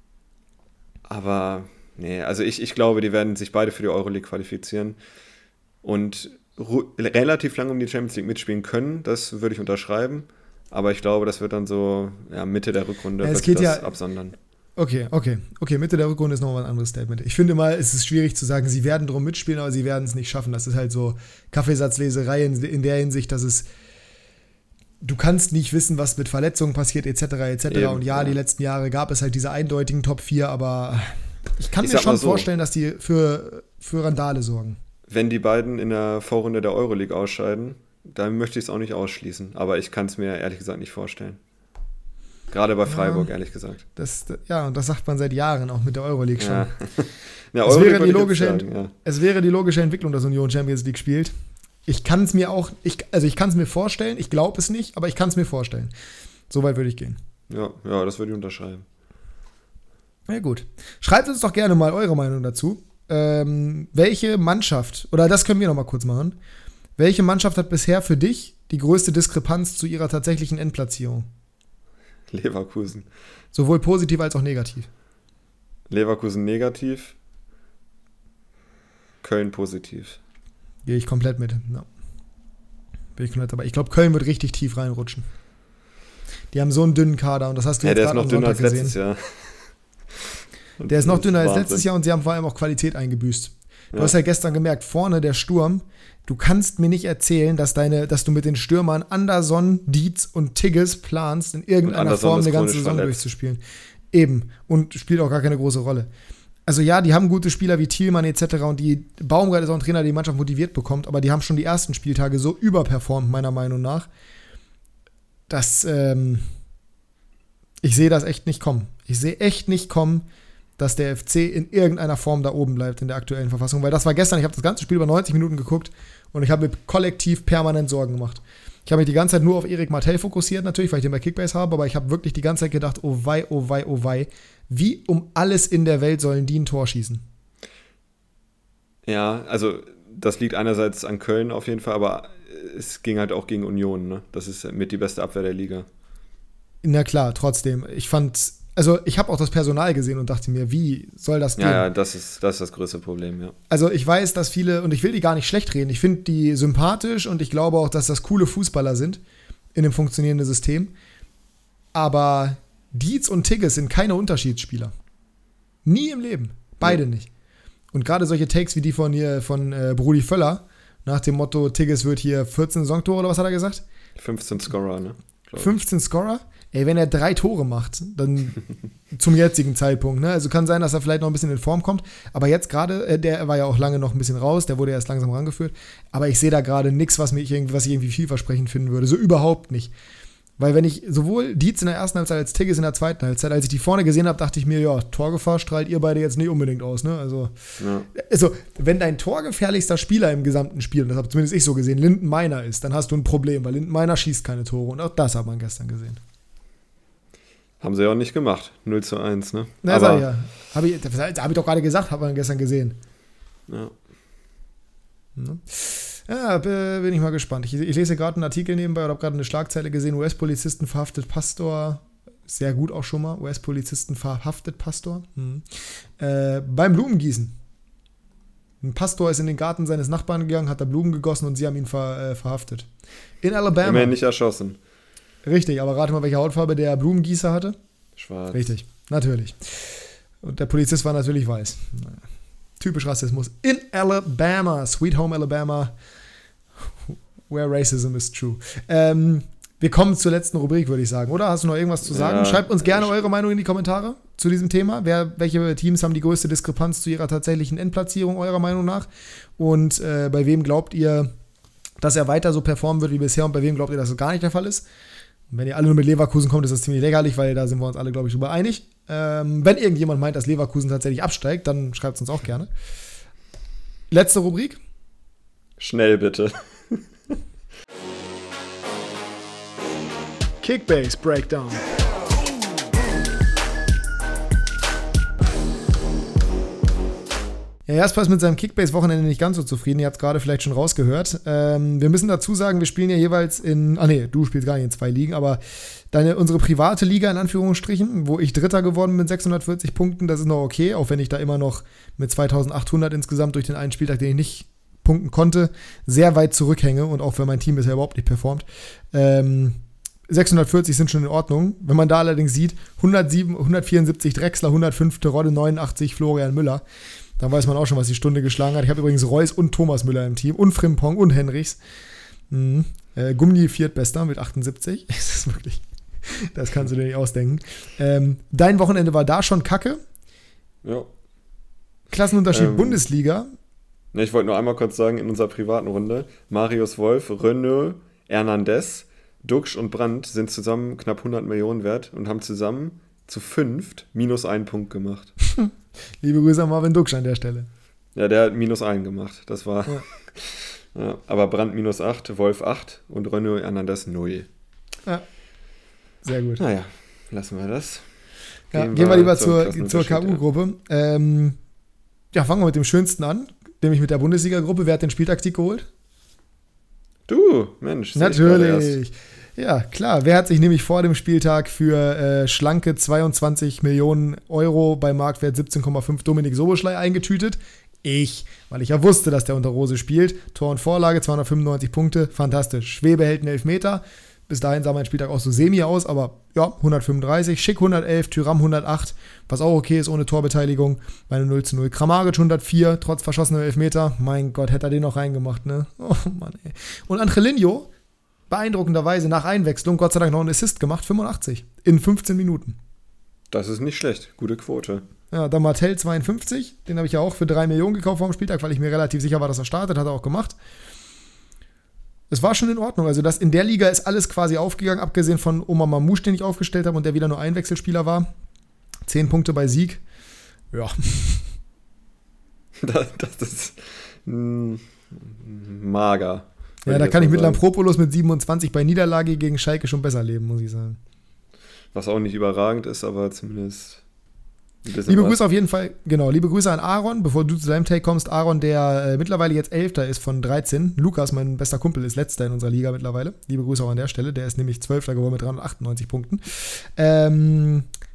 aber, nee, also ich, ich glaube, die werden sich beide für die Euroleague qualifizieren und ru- relativ lange um die Champions League mitspielen können, das würde ich unterschreiben. Aber ich glaube, das wird dann so ja, Mitte der Rückrunde Ja, es wird sich geht das ja- absondern. Okay, okay, okay, Mitte der Rückrunde ist nochmal ein anderes Statement. Ich finde mal, es ist schwierig zu sagen, sie werden drum mitspielen, aber sie werden es nicht schaffen. Das ist halt so Kaffeesatzleserei in, in der Hinsicht, dass es, du kannst nicht wissen, was mit Verletzungen passiert, et cetera, et cetera. Eben, Und ja, ja. die letzten Jahre gab es halt diese eindeutigen Top vier, aber ich kann Ich mir sag mal schon so. vorstellen, dass die für, für Randale sorgen. Wenn die beiden in der Vorrunde der Euroleague ausscheiden, dann möchte ich es auch nicht ausschließen. Aber ich kann es mir ehrlich gesagt nicht vorstellen. Gerade bei Freiburg, Ja. ehrlich gesagt. Das, ja, und das sagt man seit Jahren auch mit der Euroleague schon. Ja. Ja, Es Euroleague wäre, die würde ich logische, jetzt sagen, ja. es wäre die logische Entwicklung, dass Union Champions League spielt. Ich kann es mir auch, ich, also ich kann es mir vorstellen, ich glaube es nicht, aber ich kann es mir vorstellen. So weit würde ich gehen. Ja, ja, das würde ich unterschreiben. Na gut. Schreibt uns doch gerne mal eure Meinung dazu. Ähm, welche Mannschaft, oder das können wir noch mal kurz machen, welche Mannschaft hat bisher für dich die größte Diskrepanz zu ihrer tatsächlichen Endplatzierung? Leverkusen. Sowohl positiv als auch negativ. Leverkusen negativ. Köln positiv. Gehe ich komplett mit. Ja. Bin ich komplett dabei. Ich glaube, Köln wird richtig tief reinrutschen. Die haben so einen dünnen Kader und das hast du Ja, jetzt der ist gerade noch am dünner Sonntag als gesehen. letztes Jahr. Und Der ist noch das dünner als Wahnsinn. letztes Jahr und sie haben vor allem auch Qualität eingebüßt. Du Ja. hast ja gestern gemerkt, vorne der Sturm, du kannst mir nicht erzählen, dass, deine, dass du mit den Stürmern Anderson, Dietz und Tigges planst, in irgendeiner Anderson Form ist eine ganze chronisch Saison verletzt. durchzuspielen. Eben. Und spielt auch gar keine große Rolle. Also ja, die haben gute Spieler wie Thielmann et cetera und die Baumgart ist auch ein Trainer, der die Mannschaft motiviert bekommt, aber die haben schon die ersten Spieltage so überperformt, meiner Meinung nach, dass ähm, ich sehe das echt nicht kommen. Ich sehe echt nicht kommen, dass der F C in irgendeiner Form da oben bleibt in der aktuellen Verfassung. Weil das war gestern, ich habe das ganze Spiel über neunzig Minuten geguckt und ich habe mir kollektiv permanent Sorgen gemacht. Ich habe mich die ganze Zeit nur auf Erik Martell fokussiert, natürlich, weil ich den bei Kickbase habe, aber ich habe wirklich die ganze Zeit gedacht, oh wei, oh wei, oh wei, wie um alles in der Welt sollen die ein Tor schießen? Ja, also das liegt einerseits an Köln auf jeden Fall, aber es ging halt auch gegen Union. Ne? Das ist mit die beste Abwehr der Liga. Na klar, trotzdem. Ich fand, Also ich habe auch das Personal gesehen und dachte mir, wie soll das gehen? Ja, ja, das ist, das ist das größte Problem, ja. Also ich weiß, dass viele, und ich will die gar nicht schlecht reden, ich finde die sympathisch und ich glaube auch, dass das coole Fußballer sind in dem funktionierenden System. Aber Dietz und Tigges sind keine Unterschiedsspieler. Nie im Leben. Beide ja. nicht. Und gerade solche Takes wie die von hier von äh, Brudi Völler, nach dem Motto, Tigges wird hier vierzehn Saisontore, oder was hat er gesagt? fünfzehn Scorer, ne? fünfzehn Scorer? Ey, wenn er drei Tore macht, dann zum jetzigen Zeitpunkt, ne? Also kann sein, dass er vielleicht noch ein bisschen in Form kommt, aber jetzt gerade, äh, der war ja auch lange noch ein bisschen raus, der wurde erst langsam rangeführt, aber ich sehe da gerade nichts, was mich irgendwie, was ich irgendwie vielversprechend finden würde, so überhaupt nicht. Weil wenn ich sowohl Dietz in der ersten Halbzeit als Tigges in der zweiten Halbzeit, als ich die vorne gesehen habe, dachte ich mir, ja, Torgefahr strahlt ihr beide jetzt nicht unbedingt aus, ne? Also, ja. also wenn dein torgefährlichster Spieler im gesamten Spiel, und das habe zumindest ich so gesehen, Linden Meiner ist, dann hast du ein Problem, weil Linden Meiner schießt keine Tore und auch das hat man gestern gesehen. Haben sie ja auch nicht gemacht. null zu eins, ne? Na, aber ja. Habe ich, hab ich doch gerade gesagt, hat man gestern gesehen. Ja. Ja, bin ich mal gespannt. Ich, ich lese gerade einen Artikel nebenbei oder habe gerade eine Schlagzeile gesehen. U S-Polizisten verhaftet Pastor. Sehr gut auch schon mal. U S-Polizisten verhaftet Pastor. Mhm. Äh, beim Blumengießen. Ein Pastor ist in den Garten seines Nachbarn gegangen, hat da Blumen gegossen und sie haben ihn ver, äh, verhaftet. In Alabama. Immerhin nicht erschossen. Richtig, aber rate mal, welche Hautfarbe der Blumengießer hatte? Schwarz. Richtig, natürlich. Und der Polizist war natürlich weiß. Naja. Typisch Rassismus. In Alabama, Sweet Home Alabama, where racism is true. Ähm, wir kommen zur letzten Rubrik, würde ich sagen, oder? Hast du noch irgendwas zu sagen? Ja, Schreibt uns gerne eure Meinung in die Kommentare zu diesem Thema. Wer, welche Teams haben die größte Diskrepanz zu ihrer tatsächlichen Endplatzierung, eurer Meinung nach? Und äh, bei wem glaubt ihr, dass er weiter so performen wird wie bisher und bei wem glaubt ihr, dass das gar nicht der Fall ist? Und wenn ihr alle nur mit Leverkusen kommt, ist das ziemlich lächerlich, weil da sind wir uns alle, glaube ich, drüber einig. Ähm, wenn irgendjemand meint, dass Leverkusen tatsächlich absteigt, dann schreibt es uns auch gerne. Letzte Rubrik. Schnell bitte. Kickbase Breakdown. Ja, Jasper ist mit seinem Kickbase-Wochenende nicht ganz so zufrieden. Ihr habt es gerade vielleicht schon rausgehört. Ähm, wir müssen dazu sagen, wir spielen ja jeweils in, ah nee, du spielst gar nicht in zwei Ligen, aber deine, unsere private Liga in Anführungsstrichen, wo ich Dritter geworden bin mit sechshundertvierzig Punkten, das ist noch okay, auch wenn ich da immer noch mit zweitausendachthundert insgesamt durch den einen Spieltag, den ich nicht punkten konnte, sehr weit zurückhänge und auch wenn mein Team bisher überhaupt nicht performt. Ähm, sechshundertvierzig sind schon in Ordnung. Wenn man da allerdings sieht, hundertsieben, hundertvierundsiebzig Drexler, hundertfünf Terodde, neunundachtzig Florian Müller, dann weiß man auch schon, was die Stunde geschlagen hat. Ich habe übrigens Reus und Thomas Müller im Team und Frimpong und Henrichs. Mhm. Äh, Gummi viertbester mit achtundsiebzig. Das ist wirklich, das kannst du dir nicht ausdenken. Ähm, dein Wochenende war da schon kacke. Ja. Klassenunterschied ähm, Bundesliga. Ne, ich wollte nur einmal kurz sagen, in unserer privaten Runde, Marius Wolf, Renaud, Hernandez, Duxch und Brandt sind zusammen knapp hundert Millionen wert und haben zusammen zu fünft minus einen Punkt gemacht. Liebe Grüße an Marvin Duxch an der Stelle. Ja, der hat minus einen gemacht. Das war. Ja. Ja, aber Brandt minus acht, Wolf acht und Renaud Hernandez null. Ja. Sehr gut. Naja, lassen wir das. Ja, gehen, gehen wir lieber zur, zur K U-Gruppe. Ja. Ähm, ja, fangen wir mit dem Schönsten an, nämlich mit der Bundesliga-Gruppe. Wer hat den Spieltagssieg geholt? Du, Mensch. Natürlich. Ja, klar. Wer hat sich nämlich vor dem Spieltag für äh, schlanke zweiundzwanzig Millionen Euro bei Marktwert siebzehn Komma fünf Dominik Soboschlei eingetütet? Ich, weil ich ja wusste, dass der unter Rose spielt. Tor und Vorlage, zweihundertfünfundneunzig Punkte, fantastisch. Schwebe hält einen Elfmeter. Bis dahin sah mein Spieltag auch so semi aus, aber ja, hundertfünfunddreißig. Schick hundertelf, Thüram hundertacht, was auch okay ist ohne Torbeteiligung. Bei einem null zu null. Kramaric hundertvier, trotz verschossener Elfmeter. Mein Gott, hätte er den noch reingemacht, ne? Oh Mann, ey. Und Angelino, beeindruckenderweise nach Einwechslung, Gott sei Dank noch einen Assist gemacht, fünfundachtzig in fünfzehn Minuten. Das ist nicht schlecht, gute Quote. Ja, dann Martell zweiundfünfzig, den habe ich ja auch für drei Millionen gekauft vor dem Spieltag, weil ich mir relativ sicher war, dass er startet, hat er auch gemacht. Es war schon in Ordnung, also das in der Liga ist alles quasi aufgegangen, abgesehen von Omar Mamouche, den ich aufgestellt habe und der wieder nur Einwechselspieler war. Zehn Punkte bei Sieg. Ja. Das, das ist mh, mager. Ja, da kann ich mit Lampropoulos mit siebenundzwanzig bei Niederlage gegen Schalke schon besser leben, muss ich sagen. Was auch nicht überragend ist, aber zumindest ein bisschen Liebe was. Grüße auf jeden Fall, genau, liebe Grüße an Aaron, bevor du zu deinem Take kommst. Aaron, der äh, mittlerweile jetzt Elfter ist von dreizehn. Lukas, mein bester Kumpel, ist Letzter in unserer Liga mittlerweile. Liebe Grüße auch an der Stelle. Der ist nämlich Zwölfter geworden mit dreihundertachtundneunzig Punkten. Ähm,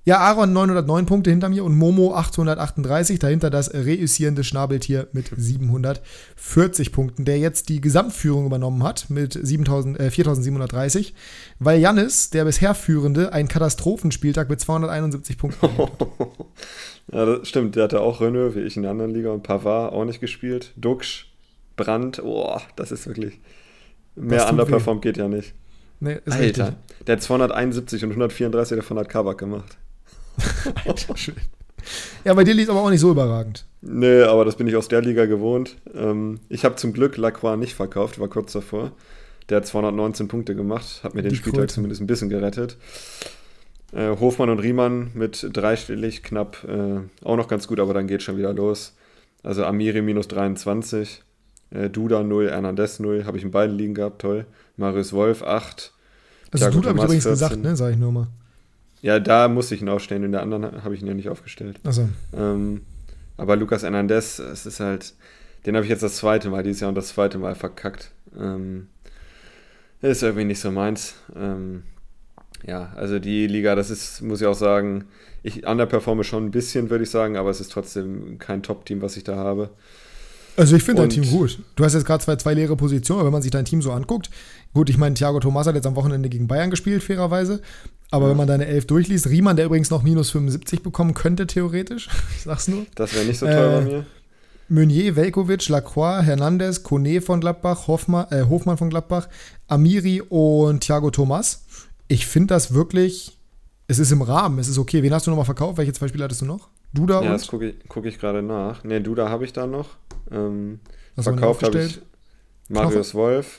Ja, Aaron neunhundertneun Punkte hinter mir und Momo achthundertachtunddreißig. Dahinter das reüssierende Schnabeltier mit siebenhundertvierzig Punkten, der jetzt die Gesamtführung übernommen hat mit siebentausend, äh, viertausendsiebenhundertdreißig, weil Jannis, der bisher Führende, einen Katastrophenspieltag mit zweihunderteinundsiebzig Punkten hat. Ja, das stimmt. Der hatte auch Renault, wie ich in der anderen Liga, und Pavard auch nicht gespielt. Dux, Brandt, oh, das ist wirklich... Mehr underperformt geht ja nicht. Nee, ist Alter, richtig. der hat zweihunderteinundsiebzig und hundertvierunddreißig davon hat Kabak gemacht. Alter, schön. Ja, bei dir liegt aber auch nicht so überragend. Nee, aber das bin ich aus der Liga gewohnt. Ähm, ich habe zum Glück Lacroix nicht verkauft, war kurz davor. Der hat zweihundertneunzehn Punkte gemacht, hat mir den Die Spieltag Kröte. zumindest ein bisschen gerettet. Äh, Hofmann und Riemann mit dreistellig knapp äh, auch noch ganz gut, aber dann geht schon wieder los. Also Amiri minus dreiundzwanzig, äh, Duda null, Hernandez null, habe ich in beiden Ligen gehabt, toll. Marius Wolf acht. Also Thiago du habe ich Thomas übrigens vierzehn. gesagt, ne, sag ich nur mal. Ja, da musste ich ihn aufstellen, in der anderen habe ich ihn ja nicht aufgestellt. Achso. Ähm, aber Lucas Hernandez, es ist halt, den habe ich jetzt das zweite Mal dieses Jahr und das zweite Mal verkackt. Ähm, ist irgendwie nicht so meins. Ähm, ja, also die Liga, das ist, muss ich auch sagen, ich underperforme schon ein bisschen, würde ich sagen, aber es ist trotzdem kein Top-Team, was ich da habe. Also ich finde dein Und- Team gut. Du hast jetzt gerade zwei, zwei leere Positionen, aber wenn man sich dein Team so anguckt, gut, ich meine, Thiago Thomas hat jetzt am Wochenende gegen Bayern gespielt, fairerweise, aber Ja. wenn man deine Elf durchliest, Riemann, der übrigens noch minus fünfundsiebzig bekommen könnte, theoretisch, ich sag's nur, Das wäre nicht so toll Äh, bei mir. Meunier, Velkovic, Lacroix, Hernandez, Kone von Gladbach, Hoffmann, äh, Hofmann von Gladbach, Amiri und Thiago Thomas. Ich finde das wirklich, es ist im Rahmen, es ist okay. Wen hast du nochmal verkauft? Welche zwei Spieler hattest du noch? Duda Ja, und? das gucke ich, guck ich gerade nach. Ne, Duda habe ich da noch. Ähm, Hast du noch verkauft habe ich aufgestellt? Marius Wolf.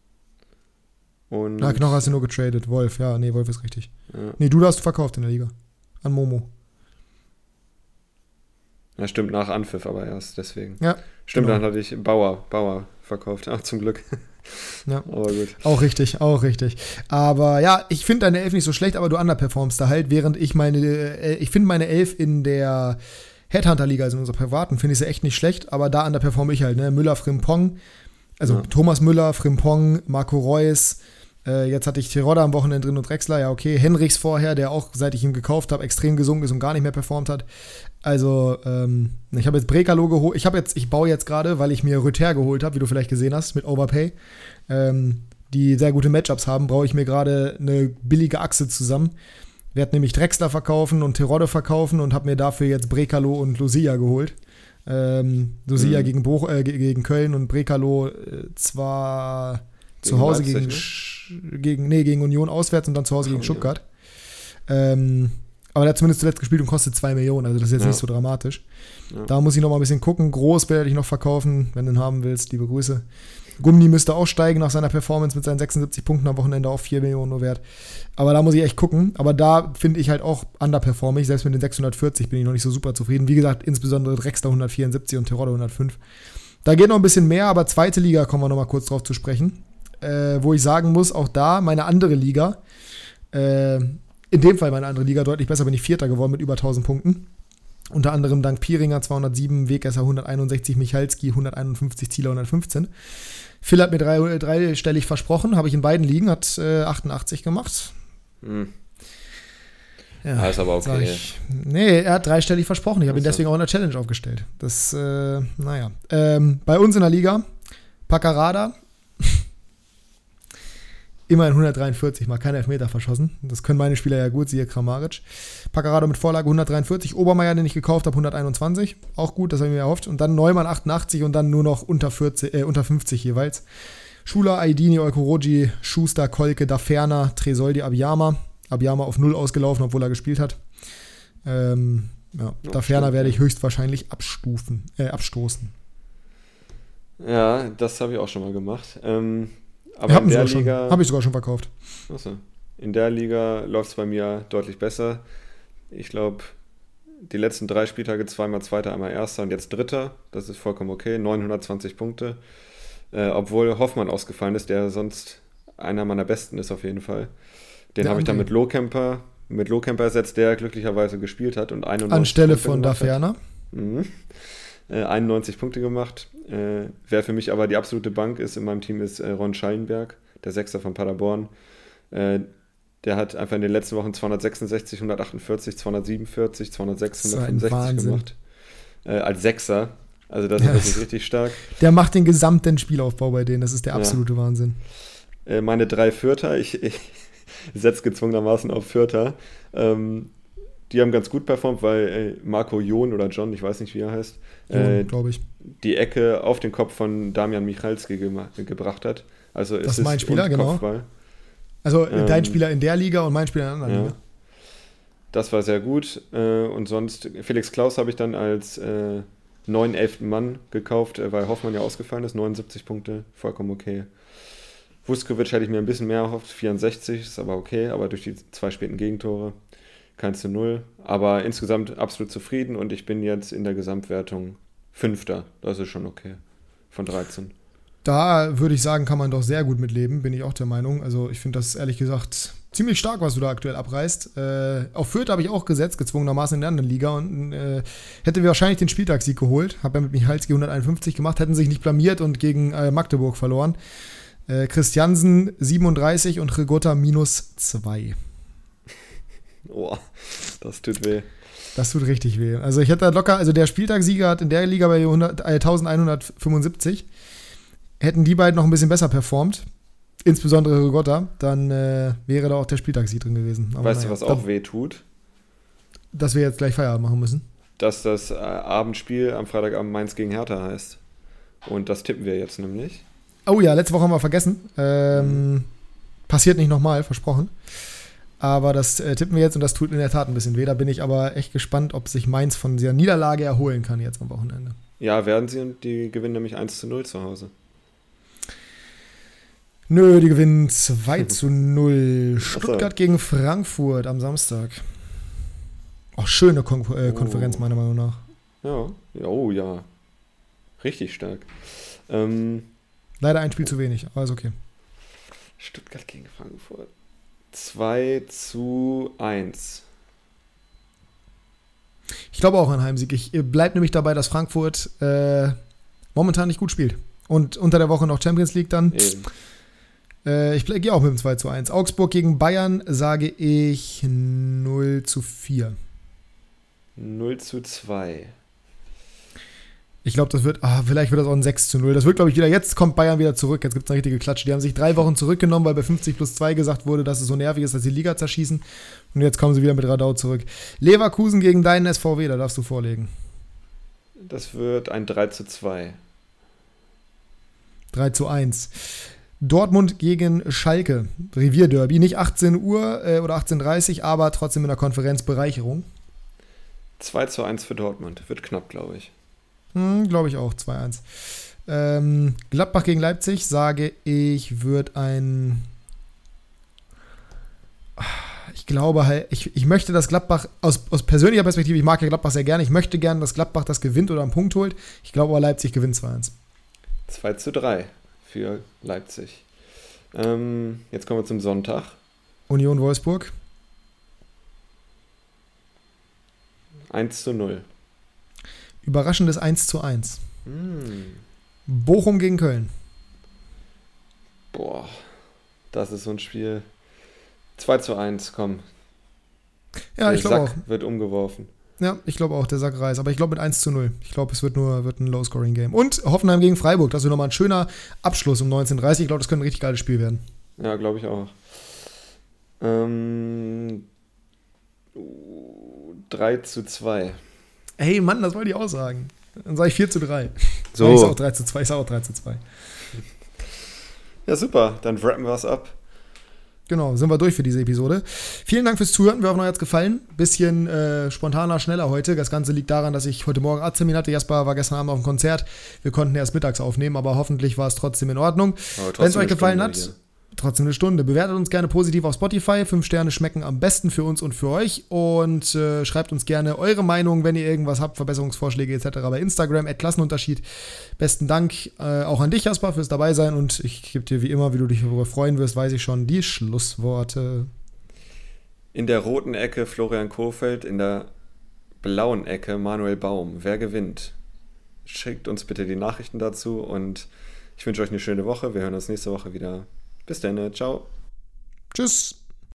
Und Na, Knoche hast du nur getradet. Wolf, ja, nee, Wolf ist richtig. ja. Nee, Duda hast du verkauft in der Liga. An Momo. Ja, stimmt, nach Anpfiff aber erst, deswegen. Ja, Stimmt, genau. dann hatte ich Bauer, Bauer verkauft. Ach, zum Glück. Ja. Aber gut. Auch richtig, auch richtig. Aber ja, ich finde deine Elf nicht so schlecht, aber du underperformst da halt, während ich meine, äh, ich finde meine Elf in der Headhunter-Liga, also in unserer privaten, finde ich sie echt nicht schlecht, aber da underperforme ich halt, ne? Müller, Frimpong, also Ja. Thomas Müller, Frimpong, Marco Reus, äh, jetzt hatte ich Terodde am Wochenende drin und Drexler, ja okay, Henrichs vorher, der auch, seit ich ihn gekauft habe, extrem gesungen ist und gar nicht mehr performt hat. Also, ähm, ich habe jetzt Brekalo geholt, ich habe jetzt, ich baue jetzt gerade, weil ich mir Rüther geholt habe, wie du vielleicht gesehen hast, mit Overpay, ähm, die sehr gute Matchups haben, brauche ich mir gerade eine billige Achse zusammen. Werde nämlich Drexler verkaufen und Terodde verkaufen und habe mir dafür jetzt Brekalo und Lucia geholt. Ähm, Lucia Mhm. gegen, Boch, äh, ge- gegen Köln und Brekalo äh, zwar zu Gegen Hause Leipzig, gegen, ne? Sch- gegen, nee, gegen Union auswärts und dann zu Hause gegen Oh, ja. Stuttgart. Ähm, aber der hat zumindest zuletzt gespielt und kostet zwei Millionen, also das ist jetzt Ja. nicht so dramatisch. Ja. Da muss ich noch mal ein bisschen gucken. Groß werde ich noch verkaufen, wenn du ihn haben willst, liebe Grüße. Gummi müsste auch steigen nach seiner Performance mit seinen sechsundsiebzig Punkten am Wochenende auf vier Millionen nur wert. Aber da muss ich echt gucken. Aber da finde ich halt auch underperforming. Selbst mit den sechshundertvierzig bin ich noch nicht so super zufrieden. Wie gesagt, insbesondere Drexler hundertvierundsiebzig und Terodde hundertfünf. Da geht noch ein bisschen mehr, aber zweite Liga kommen wir noch mal kurz drauf zu sprechen. Äh, wo ich sagen muss, auch da meine andere Liga, äh, in dem Fall meine andere Liga deutlich besser, bin ich Vierter geworden mit über tausend Punkten. Unter anderem dank Pieringer zweihundertsieben, Wegesser hunderteinundsechzig, Michalski hunderteinundfünfzig, Zieler hundertfünfzehn. Phil hat mir drei, dreistellig versprochen, habe ich in beiden Ligen, hat äh, achtundachtzig gemacht. Hm. Ja, Ah, ist aber sag okay. ich. Nee, er hat dreistellig versprochen. Ich habe ihn Ach so. deswegen auch in der Challenge aufgestellt. Das, äh, naja. Ähm, bei uns in der Liga, Paccarada, immerhin hundertdreiundvierzig, mal keine Elfmeter verschossen. Das können meine Spieler ja gut, siehe Kramaric. Paccarada mit Vorlage hundertdreiundvierzig, Obermeier, den ich gekauft habe, hunderteinundzwanzig. Auch gut, das habe ich mir erhofft. Und dann Neumann achtundachtzig und dann nur noch unter, vierzig, äh, unter fünfzig jeweils. Schuler, Aidini, Oikoroji, Schuster, Kolke, Daferner, Tresoldi, Abiyama. Abiyama auf null ausgelaufen, obwohl er gespielt hat. Ähm, ja, Ja, Daferner stimmt, werde ja. ich höchstwahrscheinlich abstufen, äh, abstoßen. Ja, das habe ich auch schon mal gemacht. Ähm, Ich aber habe in ihn der sogar schon, Liga. hab ich sogar schon verkauft. Achso. In der Liga läuft es bei mir deutlich besser. Ich glaube, die letzten drei Spieltage zweimal Zweiter, einmal Erster und jetzt Dritter. Das ist vollkommen okay. neunhundertzwanzig Punkte. Äh, obwohl Hoffmann ausgefallen ist, der sonst einer meiner Besten ist auf jeden Fall. Den Der habe ich dann André. mit Lohkemper, mit Lohkemper ersetzt, der glücklicherweise gespielt hat und einundneunzig Anstelle Punkte von gemacht hat. Daferner. Mhm. Äh, einundneunzig Punkte gemacht. Äh, wer für mich aber die absolute Bank ist in meinem Team, ist äh, Ron Schallenberg, der Sechster von Paderborn. Äh, Der hat einfach in den letzten Wochen zweihundertsechsundsechzig, hundertachtundvierzig, zweihundertsiebenundvierzig, zweihundertsechsundachtzig, Das ist ein hundertfünfundsechzig Wahnsinn. gemacht. Äh, als Sechser. Also das ist Ja. wirklich richtig stark. Der macht den gesamten Spielaufbau bei denen. Das ist der absolute ja. Wahnsinn. Äh, meine drei Fürther, ich, ich setze gezwungenermaßen auf Fürther. Ähm, die haben ganz gut performt, weil äh, Marco Jon oder John, ich weiß nicht, wie er heißt, äh, glaube ich. die Ecke auf den Kopf von Damian Michalski ge- gebracht hat. Also das ist mein Spieler, genau. Kopfball. Also ähm, dein Spieler in der Liga und mein Spieler in der anderen ja. Liga. Das war sehr gut. Äh, und sonst, Felix Klaus habe ich dann als äh, neun elften Mann gekauft, äh, weil Hoffmann ja ausgefallen ist. neunundsiebzig Punkte, vollkommen okay. Vuskovic hätte ich mir ein bisschen mehr erhofft, vierundsechzig, ist aber okay, aber durch die zwei späten Gegentore kein zu null. Aber insgesamt absolut zufrieden und ich bin jetzt in der Gesamtwertung Fünfter. Das ist schon okay. Von dreizehn. Da würde ich sagen, kann man doch sehr gut mitleben, bin ich auch der Meinung. Also ich finde das ehrlich gesagt ziemlich stark, was du da aktuell abreißt. Äh, auf Fürth habe ich auch gesetzt, gezwungenermaßen in der anderen Liga und äh, hätte wahrscheinlich den Spieltagssieg geholt. Habe ja mit Michalski hunderteinundfünfzig gemacht, hätten sich nicht blamiert und gegen äh, Magdeburg verloren. Äh, Christiansen siebenunddreißig und Rigotta minus zwei. Oh, das tut weh. Das tut richtig weh. Also ich hätte da locker, also der Spieltagssieger hat in der Liga bei hundert, äh, elfhundertfünfundsiebzig. Hätten die beiden noch ein bisschen besser performt, insbesondere Rigotta, dann äh, wäre da auch der Spieltagssieg drin gewesen. Aber weißt naja, du, was auch weh tut? Dass wir jetzt gleich Feierabend machen müssen. Dass das äh, Abendspiel am Freitagabend Mainz gegen Hertha heißt. Und das tippen wir jetzt nämlich. Oh ja, letzte Woche haben wir vergessen. Ähm, mhm. Passiert nicht nochmal, versprochen. Aber das äh, tippen wir jetzt und das tut in der Tat ein bisschen weh. Da bin ich aber echt gespannt, ob sich Mainz von dieser Niederlage erholen kann jetzt am Wochenende. Ja, werden sie und die gewinnen nämlich eins zu null zu Hause. Nö, die gewinnen zwei zu null. Stuttgart gegen Frankfurt am Samstag. Auch schöne Kon- äh, Konferenz, oh. meiner Meinung nach. Ja, oh ja. Richtig stark. Ähm, Leider ein Spiel zu wenig, aber ist okay. Stuttgart gegen Frankfurt. zwei zu eins. Ich glaube auch an Heimsieg. Ich bleibe nämlich dabei, dass Frankfurt äh, momentan nicht gut spielt. Und unter der Woche noch Champions League dann. Eben. Äh, ich gehe auch mit dem zwei zu eins. Augsburg gegen Bayern sage ich null zu vier. null zu zwei. Ich glaube, das wird, ah, vielleicht wird das auch ein sechs zu null. Das wird, glaube ich, wieder, jetzt kommt Bayern wieder zurück. Jetzt gibt es eine richtige Klatsche. Die haben sich drei Wochen zurückgenommen, weil bei fünfzig plus zwei gesagt wurde, dass es so nervig ist, dass sie die Liga zerschießen. Und jetzt kommen sie wieder mit Radau zurück. Leverkusen gegen deinen S V W, da darfst du vorlegen. Das wird ein drei zu zwei. drei zu eins. Dortmund gegen Schalke. Revierderby. Nicht achtzehn Uhr äh, oder achtzehn Uhr dreißig, aber trotzdem in der Konferenzbereicherung. zwei zu eins für Dortmund. Wird knapp, glaube ich. Hm, glaube ich auch, zwei eins. Ähm, Gladbach gegen Leipzig, sage ich, wird ein... Ich glaube halt, ich, ich möchte, dass Gladbach, aus, aus persönlicher Perspektive, ich mag ja Gladbach sehr gerne, ich möchte gerne, dass Gladbach das gewinnt oder einen Punkt holt. Ich glaube aber, Leipzig gewinnt zwei eins. zwei zu drei für Leipzig. Ähm, jetzt kommen wir zum Sonntag. Union Wolfsburg. eins zu null. Überraschendes eins zu eins. Hm. Bochum gegen Köln. Boah, das ist so ein Spiel. zwei zu eins, komm. Ja, der ich glaube Sack auch. wird umgeworfen. Ja, ich glaube auch, der Sack reißt. Aber ich glaube mit eins zu null. Ich glaube, es wird nur wird ein Low-Scoring-Game. Und Hoffenheim gegen Freiburg. Das wird nochmal ein schöner Abschluss um neunzehn Uhr dreißig. Ich glaube, das könnte ein richtig geiles Spiel werden. Ja, glaube ich auch. Ähm, drei zu zwei. Hey Mann, das wollte ich auch sagen. Dann sage ich vier zu drei. So. Nein, ich sage auch drei zu zwei. Ich sage auch drei zu zwei. Ja, super. Dann wrappen wir es ab. Genau, sind wir durch für diese Episode. Vielen Dank fürs Zuhören. Wir hoffen, euch hat's gefallen. Bisschen äh, spontaner, schneller heute. Das Ganze liegt daran, dass ich heute Morgen Arzttermin hatte. Jasper war gestern Abend auf dem Konzert. Wir konnten erst mittags aufnehmen, aber hoffentlich war es trotzdem in Ordnung. Wenn es euch gefallen hat, hier. Trotzdem eine Stunde. Bewertet uns gerne positiv auf Spotify. Fünf Sterne schmecken am besten für uns und für euch. Und äh, schreibt uns gerne eure Meinung, wenn ihr irgendwas habt, Verbesserungsvorschläge et cetera bei Instagram, at Klassenunterschied. Besten Dank äh, auch an dich, Jasper, fürs Dabeisein. Und ich gebe dir wie immer, wie du dich darüber freuen wirst, weiß ich schon, die Schlussworte. In der roten Ecke Florian Kohfeldt, in der blauen Ecke Manuel Baum. Wer gewinnt? Schickt uns bitte die Nachrichten dazu und ich wünsche euch eine schöne Woche. Wir hören uns nächste Woche wieder. Bis dann, ciao. Tschüss.